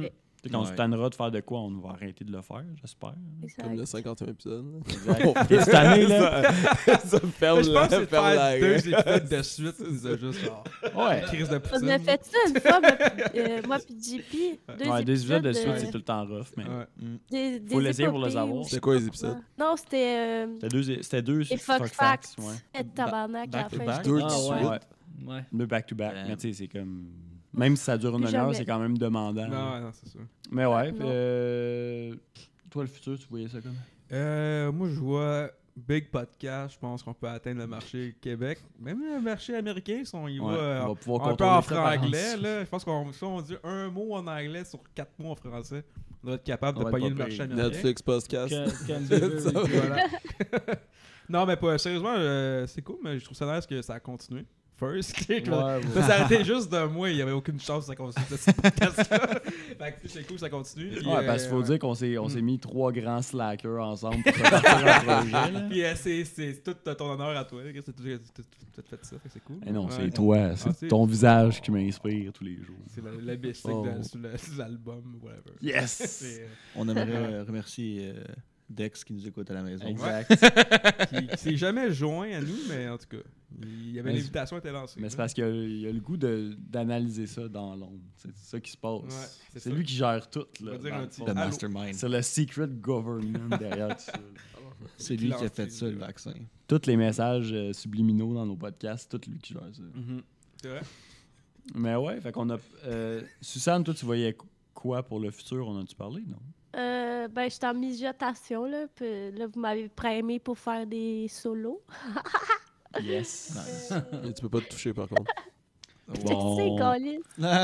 Puis quand on se Ouais. tannera de faire de quoi, on va arrêter de le faire, j'espère. Exact. Comme le cinquantième épisode. Exact. Et cette année, là, ça, ça ferme Mais je pense que la, c'est de ferme la faire deux règle. épisodes de suite, ça nous a juste genre, ouais. crise de On poutine. a fait ça une fois, moi puis euh, moi puis J P. Deux Ouais, des épisodes de suite, euh, c'est tout le temps rough, mais Ouais. des, des Faut l'essayer pour le épopées savoir. ou- C'était quoi les épisodes? Non, c'était euh, c'était deux, c'était deux les fuck fuck facts, facts. ouais. Et tabarnak à la back to fin. back? j'étais- Deux Ah, de ouais. suite. Ouais. Ouais. Deux back-to-back. Damn. Mais tu sais, c'est comme... Même si ça dure une Plus heure, jamais. c'est quand même demandant. Non, non, c'est sûr. Mais ouais, Non. euh... toi, le futur, tu voyais ça comme... Euh, moi, je vois Big Podcast. Je pense qu'on peut atteindre le marché Québec. Même le marché américain, si on y Ouais, va euh, on va pouvoir un peu en contrôler ça par franglais. en Là. Je pense qu'on si on dit un mot en anglais sur quatre mots en français, on doit être capable On de va pogner être le pas marché pire. américain. Netflix podcast. Can- can be very Ça va. good. Voilà. Non, mais pas, sérieusement, euh, c'est cool, mais je trouve ça nice que ça a continué. First, click, là. Ouais, ouais. Ça s'est arrêté juste d'un mois, il n'y avait aucune chance que ça continue. ce podcast-là. Fait que c'est cool, ça continue. Puis, Ouais, parce euh, qu'il faut ouais. dire qu'on s'est, on s'est Mm. mis trois grands slackers ensemble pour faire un projet. Là. Puis euh, c'est, c'est tout ton honneur à toi, que c'est tout, tout, tout, tout fait ça, fait que c'est cool. Eh non, Ouais. c'est toi, c'est Ah, c'est- ton visage qui m'inspire tous les jours. C'est la, la basic Oh. de- sur, le- sur l'album, whatever. Yes! C'est, euh, On aimerait euh, remercier euh, Dex qui nous écoute à la maison. Exact. qui, qui s'est jamais joint à nous, mais en tout cas, il y avait Mais l'invitation était lancée. Mais c'est là. parce qu'il a, il a le goût de, d'analyser ça dans l'ombre. C'est ça qui se passe. Ouais, c'est c'est ça. lui qui gère tout. On Là, va dire dans un le petit fond. Le Allô. mastermind. C'est le secret government derrière tout ça. C'est lui qui a Lancé, fait ça, le là. vaccin. Tous les messages euh, subliminaux dans nos podcasts, c'est tout lui qui gère ça. Mhm. C'est vrai? Mais ouais, fait qu'on a. euh, Suzanne, toi, tu voyais quoi pour le futur? On a-tu parlé, non? Euh, ben, j'étais en mijotation, là. Puis là, vous m'avez primé pour faire des solos. Yes. Et tu peux pas te toucher par contre. Je sais, Colin.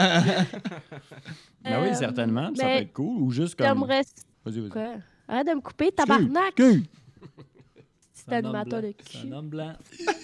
Ben oui, certainement. Ça peut mais être cool. Ou juste comme. J'aimerais. Vas-y, vas-y. Quoi? Arrête de me couper, tabarnak! Cul! C'est C'est un homme animateur de blanc. C'est cul. un homme blanc.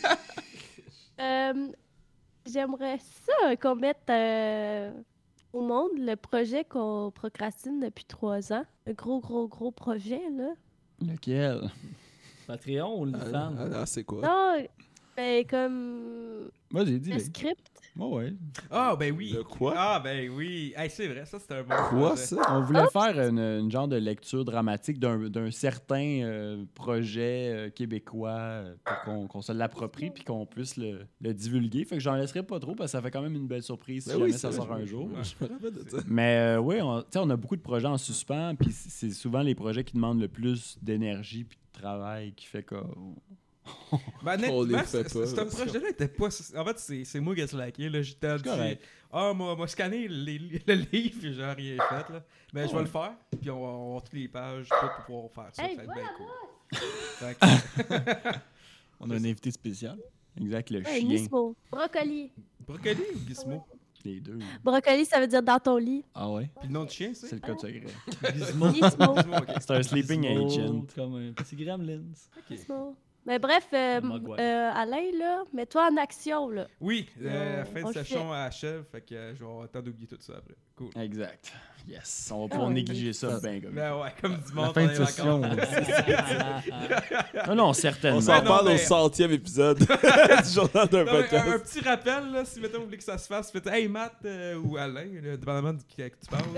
Euh, J'aimerais ça qu'on mette euh, au monde le projet qu'on procrastine depuis trois ans. Un gros, gros, gros projet, là. Lequel? Patreon ou le Ah, fan? ah, ah, c'est quoi? Non, ben, comme Vas-y, le dis-le. script. Ouais, ouais. Ah, ben oui. Le quoi? Ah, ben oui. Hey, c'est vrai, ça, c'était un bon Quoi, projet. ça? On voulait faire une, une genre de lecture dramatique d'un, d'un certain euh, projet euh, québécois euh, pour qu'on, qu'on se l'approprie puis qu'on puisse le, le divulguer. Fait que j'en laisserai pas trop parce que ça fait quand même une belle surprise si Ben jamais oui, ça c'est sort vrai, un je- jour. Je me rappelle de ça. Mais euh, oui, on, tu sais, on a beaucoup de projets en suspens puis c'est c'est souvent les projets qui demandent le plus d'énergie puis de travail qui fait que... Ben, On les honnêtement, fait ce- pas, ce là. projet-là était pas. En fait, c'est c'est moi qui ai slacké. Là, j'étais dit, correct. ah, moi, moi, scanner les- le livre, puis j'ai rien fait. Là. Mais je vais le faire, puis on va on va avoir toutes les pages tout pour pouvoir faire ça. Hey, ça va être bien cool. Fait que, On a un invité spécial. Exact, le Ouais, chien. Nismo. Brocoli. brocoli ou Gizmo? Les deux. Brocoli, ça veut dire dans ton lit. Ah ouais? Puis le nom du chien, c'est? C'est le code secret. Nismo. Gizmo, ok. C'est un sleeping Gizmo, agent. Comme un petit gremlins. Nismo. Mais bref, euh, Un mogwai. euh, Alain, là, mets-toi en action, là. Oui, euh, la On- fin on de le session achève, fait que euh, je vais avoir le temps d'oublier tout ça après. Cool. Exact. Yes. On va pouvoir Ah oui. négliger ça bien comme Ben ouais, comme du La monde fin de pendant les session. vacances. Non, non, certainement. On s'en Ben non, parle mais- au centième épisode du journal d'un Non, mais un, un podcast. petit rappel, là, si mettons vous voulez que ça se fasse, faites Hey Matt euh, ou Alain, là, dépendamment de qui que tu parles.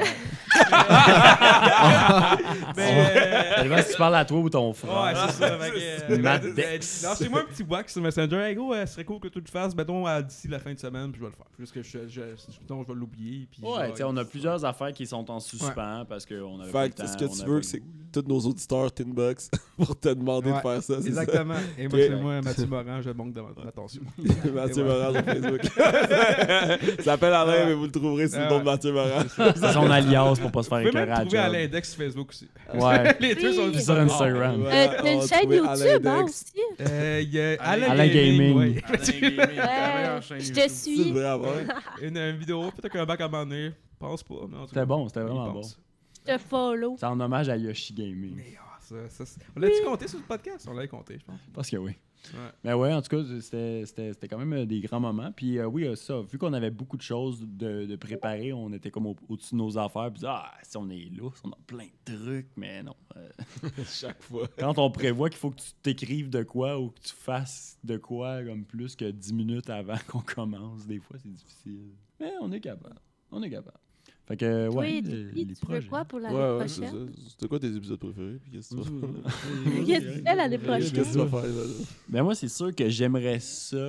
mais. Ça dépend si tu parles à toi ou ton frère. Ouais, c'est ça. Fait que, euh, Matt euh, Dex. Lancez-moi un petit wax sur Messenger. Hey gros, euh, ce serait cool que tu le fasses, mettons, à- d'ici la fin de semaine, puis je vais le faire. Juste que je, je, je, mettons, je vais l'oublier. Puis je Ouais, vais- tu sais, on a plusieurs affaires qui sont en suspens parce qu'on avait pas Fait le que temps. ce que on tu avait veux, pas c'est le goût, tous nos auditeurs Tinbox pour te demander Ouais, de faire ça. C'est Exactement. Et moi, Ok. c'est moi, Mathieu Morin, je manque de- d'attention. ça? Mathieu Et Morin sur Facebook. Ça s'appelle Alain, mais vous le trouverez sous le Ah nom ouais. de Mathieu Morin. là. C'est son alias pour pas se faire Vous pouvez écœurer à même trouver à la job. l'index sur Facebook aussi. Ouais. Les deux sont Oui. Puis sur Instagram. Voilà, Euh, t'as on une va chaîne trouver Alain YouTube, hein, Dex. aussi. Euh, Il y a Alain, Alain Gaming. ouais. Ouais, je te Tu suis. devrais avoir. Une, une vidéo, peut-être qu'un bac à un moment donné. Pense pas. mais en tout C'était cas, bon, c'était il vraiment pense. Je te follow. C'est en hommage à Yoshi Gaming. Mais ah, ça, ça, c'est- on l'a-tu compté sur le podcast? On l'avait compté, je pense. Parce que oui. Ouais. Mais ouais, en tout cas, c'était, c'était, c'était quand même euh, des grands moments. Puis euh, oui, euh, ça, vu qu'on avait beaucoup de choses de, de préparer, on était comme au- au-dessus de nos affaires. Puis ah, si on est là, on a plein de trucs, mais non. euh, Chaque fois. quand on prévoit qu'il faut que tu t'écrives de quoi ou que tu fasses de quoi comme plus que dix minutes avant qu'on commence, des fois, c'est difficile. Mais on est capable. On est capable. Fait que, ouais, Oui, les, Dippy, les tu veux projets. quoi pour l'année Ouais, ouais, c'est prochaine? ça. C'était quoi tes épisodes préférés? Puis qu'est-ce que tu vas faire? Qu'est-ce que tu fais l'année Qu'est-ce que tu prochaine? vas faire, là? là? Ben moi, c'est sûr que j'aimerais ça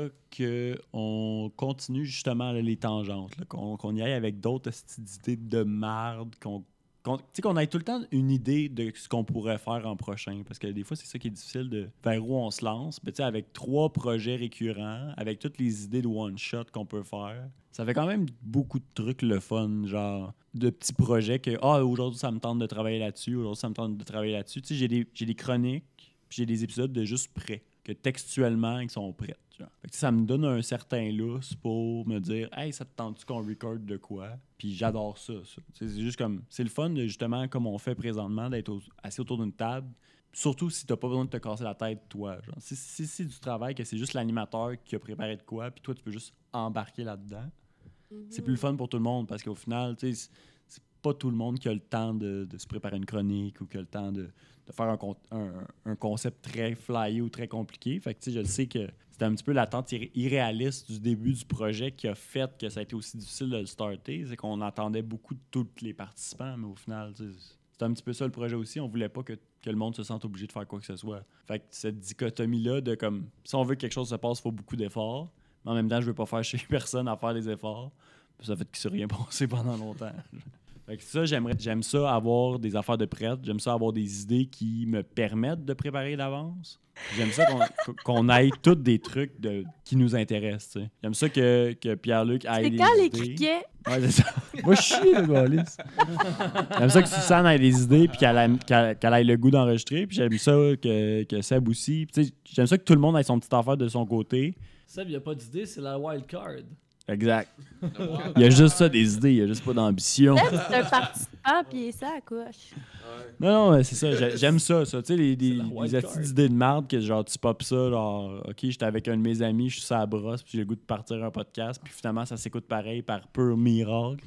qu'on continue justement là, les tangentes, là, qu'on, qu'on y aille avec d'autres petites idées de marde, qu'on, qu'on, tu sais, qu'on ait tout le temps une idée de ce qu'on pourrait faire en prochain. Parce que des fois, c'est ça qui est difficile de vers où on se lance. Mais tu sais, avec trois projets récurrents, avec toutes les idées de one-shot qu'on peut faire, ça fait quand même beaucoup de trucs le fun, genre de petits projets que ah, aujourd'hui, ça me tente de travailler là-dessus, aujourd'hui, ça me tente de travailler là-dessus. Tu sais, j'ai des, j'ai des chroniques, puis j'ai des épisodes de juste prêts, que textuellement, ils sont prêts. Genre. Fait que, ça me donne un certain lousse pour me dire « Hey, ça te tente-tu qu'on record de quoi? » Puis j'adore ça. ça. C'est juste comme... C'est le fun, de, justement, comme on fait présentement, d'être au- assis autour d'une table. Surtout si t'as pas besoin de te casser la tête, toi. Genre. Si, si c'est du travail, que c'est juste l'animateur qui a préparé de quoi, puis toi, tu peux juste embarquer là-dedans, c'est plus le fun pour tout le monde. Parce qu'au final, tu sais, c'est- c'est pas tout le monde qui a le temps de, de se préparer une chronique ou qui a le temps de, de faire un, con- un, un concept très flyé ou très compliqué. Fait que, tu sais, je le sais que c'était un petit peu l'attente irré- irréaliste du début du projet qui a fait que ça a été aussi difficile de le starter. C'est qu'on attendait beaucoup de tous les participants, mais au final, tu sais, c'était un petit peu ça le projet aussi. On voulait pas que, que le monde se sente obligé de faire quoi que ce soit. Fait que cette dichotomie-là de comme, si on veut que quelque chose se passe, il faut beaucoup d'efforts. Mais en même temps, je veux pas faire chier personne à faire des efforts. Puis ça fait qu'il ne s'est rien passé pendant longtemps. Fait que ça, j'aimerais, j'aime ça avoir des affaires de prête. J'aime ça avoir des idées qui me permettent de préparer d'avance. J'aime ça qu'on, qu'on aille tous des trucs de, qui nous intéressent. Tu sais. J'aime ça que, que Pierre-Luc aille C'est des quand les idées. criquets? Ouais, c'est ça. Moi, je chie, le gars. J'aime ça que Suzanne ait des idées puis qu'elle, aille- qu'elle, qu'elle ait le goût d'enregistrer. Puis j'aime ça que, que Seb aussi. Puis tu sais, j'aime ça que tout le monde ait son petite affaire de son côté. Seb, il n'y a pas d'idée, c'est la wild card. Exact. Il y a juste ça, des idées. Il n'y a juste pas d'ambition. Seb, c'est un participant, puis il est ça à couche. Non, non, c'est ça. j'ai- J'aime ça, ça. Tu sais, les, les, C'est la wild les card. petites idées de merde que genre, tu pop ça, genre, OK, j'étais avec un de mes amis, je suis sur la brosse, puis j'ai le goût de partir un podcast, puis finalement, ça s'écoute pareil par pur miracle.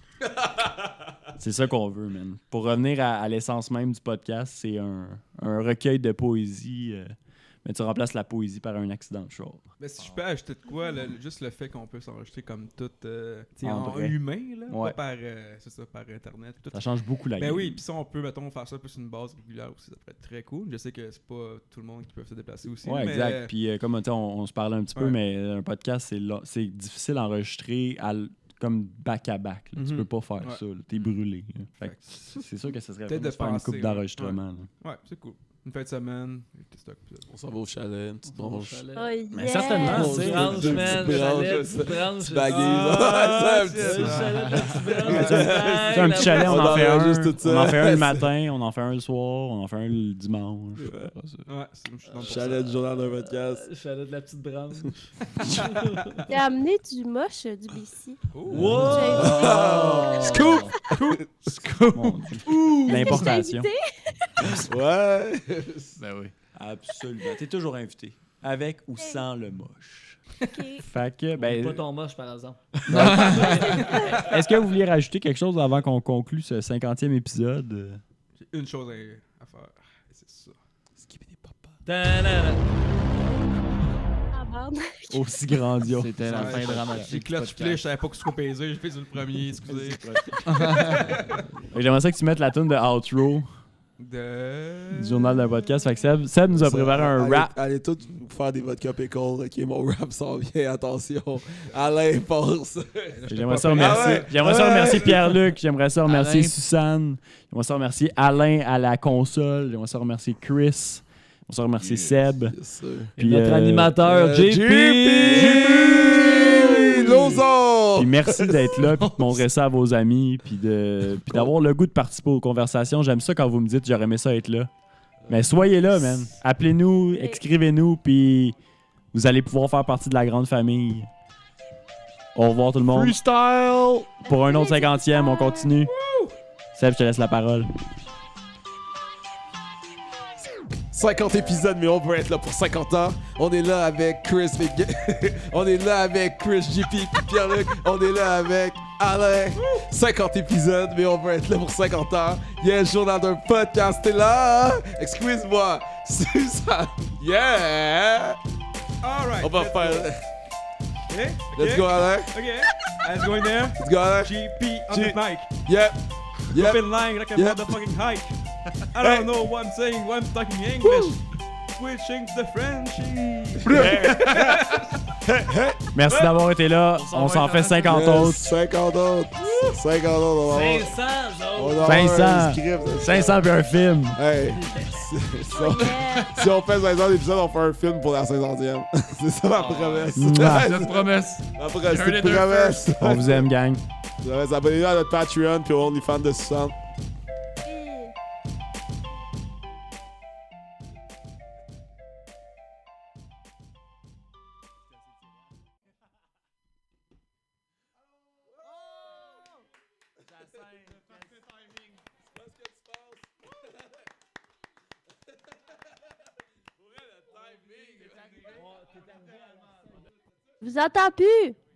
C'est ça qu'on veut, man. Pour revenir à, à l'essence même du podcast, c'est un, un recueil de poésie, euh, mais tu remplaces la poésie par un accident de char. Mais si je peux ajouter de quoi, le- juste le fait qu'on peut s'enregistrer comme tout euh, tu sais, En en vrai. humain, là, Ouais. pas par, euh, c'est ça, par Internet. Tout. Ça change beaucoup la Ben game. oui, puis ça, on peut, mettons, faire ça plus sur une base régulière aussi, ça pourrait être très cool. Je sais que c'est pas tout le monde qui peut se déplacer aussi. Ouais, mais, exact. Puis euh, comme tu sais, on, on se parlait un petit peu, Ouais. mais un podcast, c'est, lo- c'est difficile à enregistrer à l- comme back-à-back. là. Tu Mhm. peux pas faire Ouais. ça. là. T'es brûlé. là. Fait que c'est c'est sûr que ça serait Peut-être fun de de se faire une penser, coupe ouais. d'enregistrement. là. Ouais, c'est cool. Une fin de semaine, des stocks. On s'en va au chalet, une petite branche. Oh, yeah. Mais certainement, Petite c'est- branche, deux man. petites branches, chalet, ça. petite branche. Petite baguette. Ah, Ouais, c'est un c'est petit- ça. chalet, petite branche, Ouais, c'est C'est un petit chalet, on, On en fait un. enregistre tout ça. On en fait un le matin, on en fait un le soir, on en fait un le dimanche. Ouais. Ouais, c'est, je suis dans le Chalet du journal d'un podcast. Euh, Chalet de la petite branche. Il a amené du moche euh, du B C. Wow! Oh! Scoop! Mon Dieu. L'importation. Ouais! Ben oui. Absolument. T'es toujours invité. Avec ou sans le moche. OK. Fait que, ben. Pas ton moche, par exemple. Est-ce que vous vouliez rajouter quelque chose avant qu'on conclue ce cinquantième épisode? J'ai une chose à, à faire. Et c'est ça. Skibidi papa. Ta-da-da. Ah, merde. Aussi grandiose. C'était la Ouais, fin J'ai dramatique. du clutch podcast. play, je savais pas que ce qu'on pesait, j'ai fait sur le premier, excusez. J'aimerais ça que tu mettes la tune de outro De... du journal d'un podcast. Fait que Seb, Seb nous a Ça, préparé un allez- rap. Allez tous faire des vodka pickle. Ok, mon rap s'en vient, attention. Alain pense. J'aimerais ça remercier, Ah ouais. j'aimerais ça Ouais. remercier Pierre-Luc, j'aimerais ça remercier Alain. Suzanne, j'aimerais ça remercier Alain à la console, j'aimerais ça remercier Chris, j'aimerais ça remercier Seb. Yes, sir. Puis, Notre euh, animateur, euh, J P! J P! Lozon! Puis merci d'être là, puis de montrer ça à vos amis, puis, de, puis d'avoir le goût de participer aux conversations. J'aime ça quand vous me dites j'aurais aimé ça être là. Mais soyez là, man. Appelez-nous, écrivez-nous, puis vous allez pouvoir faire partie de la grande famille. Au revoir tout le monde. Freestyle! Pour un autre cinquantième, on continue. Seb, je te laisse la parole. cinquante épisodes, mais on veut être là pour cinquante ans. On est là avec Chris, les gars. On est là avec Chris, J P, puis Pierre-Luc. On est là avec Alain. cinquante épisodes, mais on veut être là pour cinquante ans. Il y a un journal d'un podcast, t'es là. Excuse-moi, Suzanne. Yeah! Alright. On va faire. Okay? Let's go, Alain. Okay. Let's go in there. Let's go, Alain. G P on G- the mic. Yep. You've Yep. been lying like a Yep. motherfucking hike. I don't Hey. know what I'm saying, what I'm talking English. Switching to Frenchie. Merci d'avoir été là. On s'en fait cinquante Yes, autres. cinquante autres. cinquante autres, on va avoir. cinq cents, On autres. va avoir un cinq cents. script de ça. cinq cents puis un film. Hey. Si, si on, Oh, yeah. si on fait cinq cents épisodes, on fait un film pour la cinq centième. C'est ça ma promesse. Mouah. Notre promesse. Ma promesse, You c'est heard une it here promesse. On vous aime, gang. Abonnez-vous à notre Patreon puis au OnlyFans de soixante. Oui. Je vous entends plus.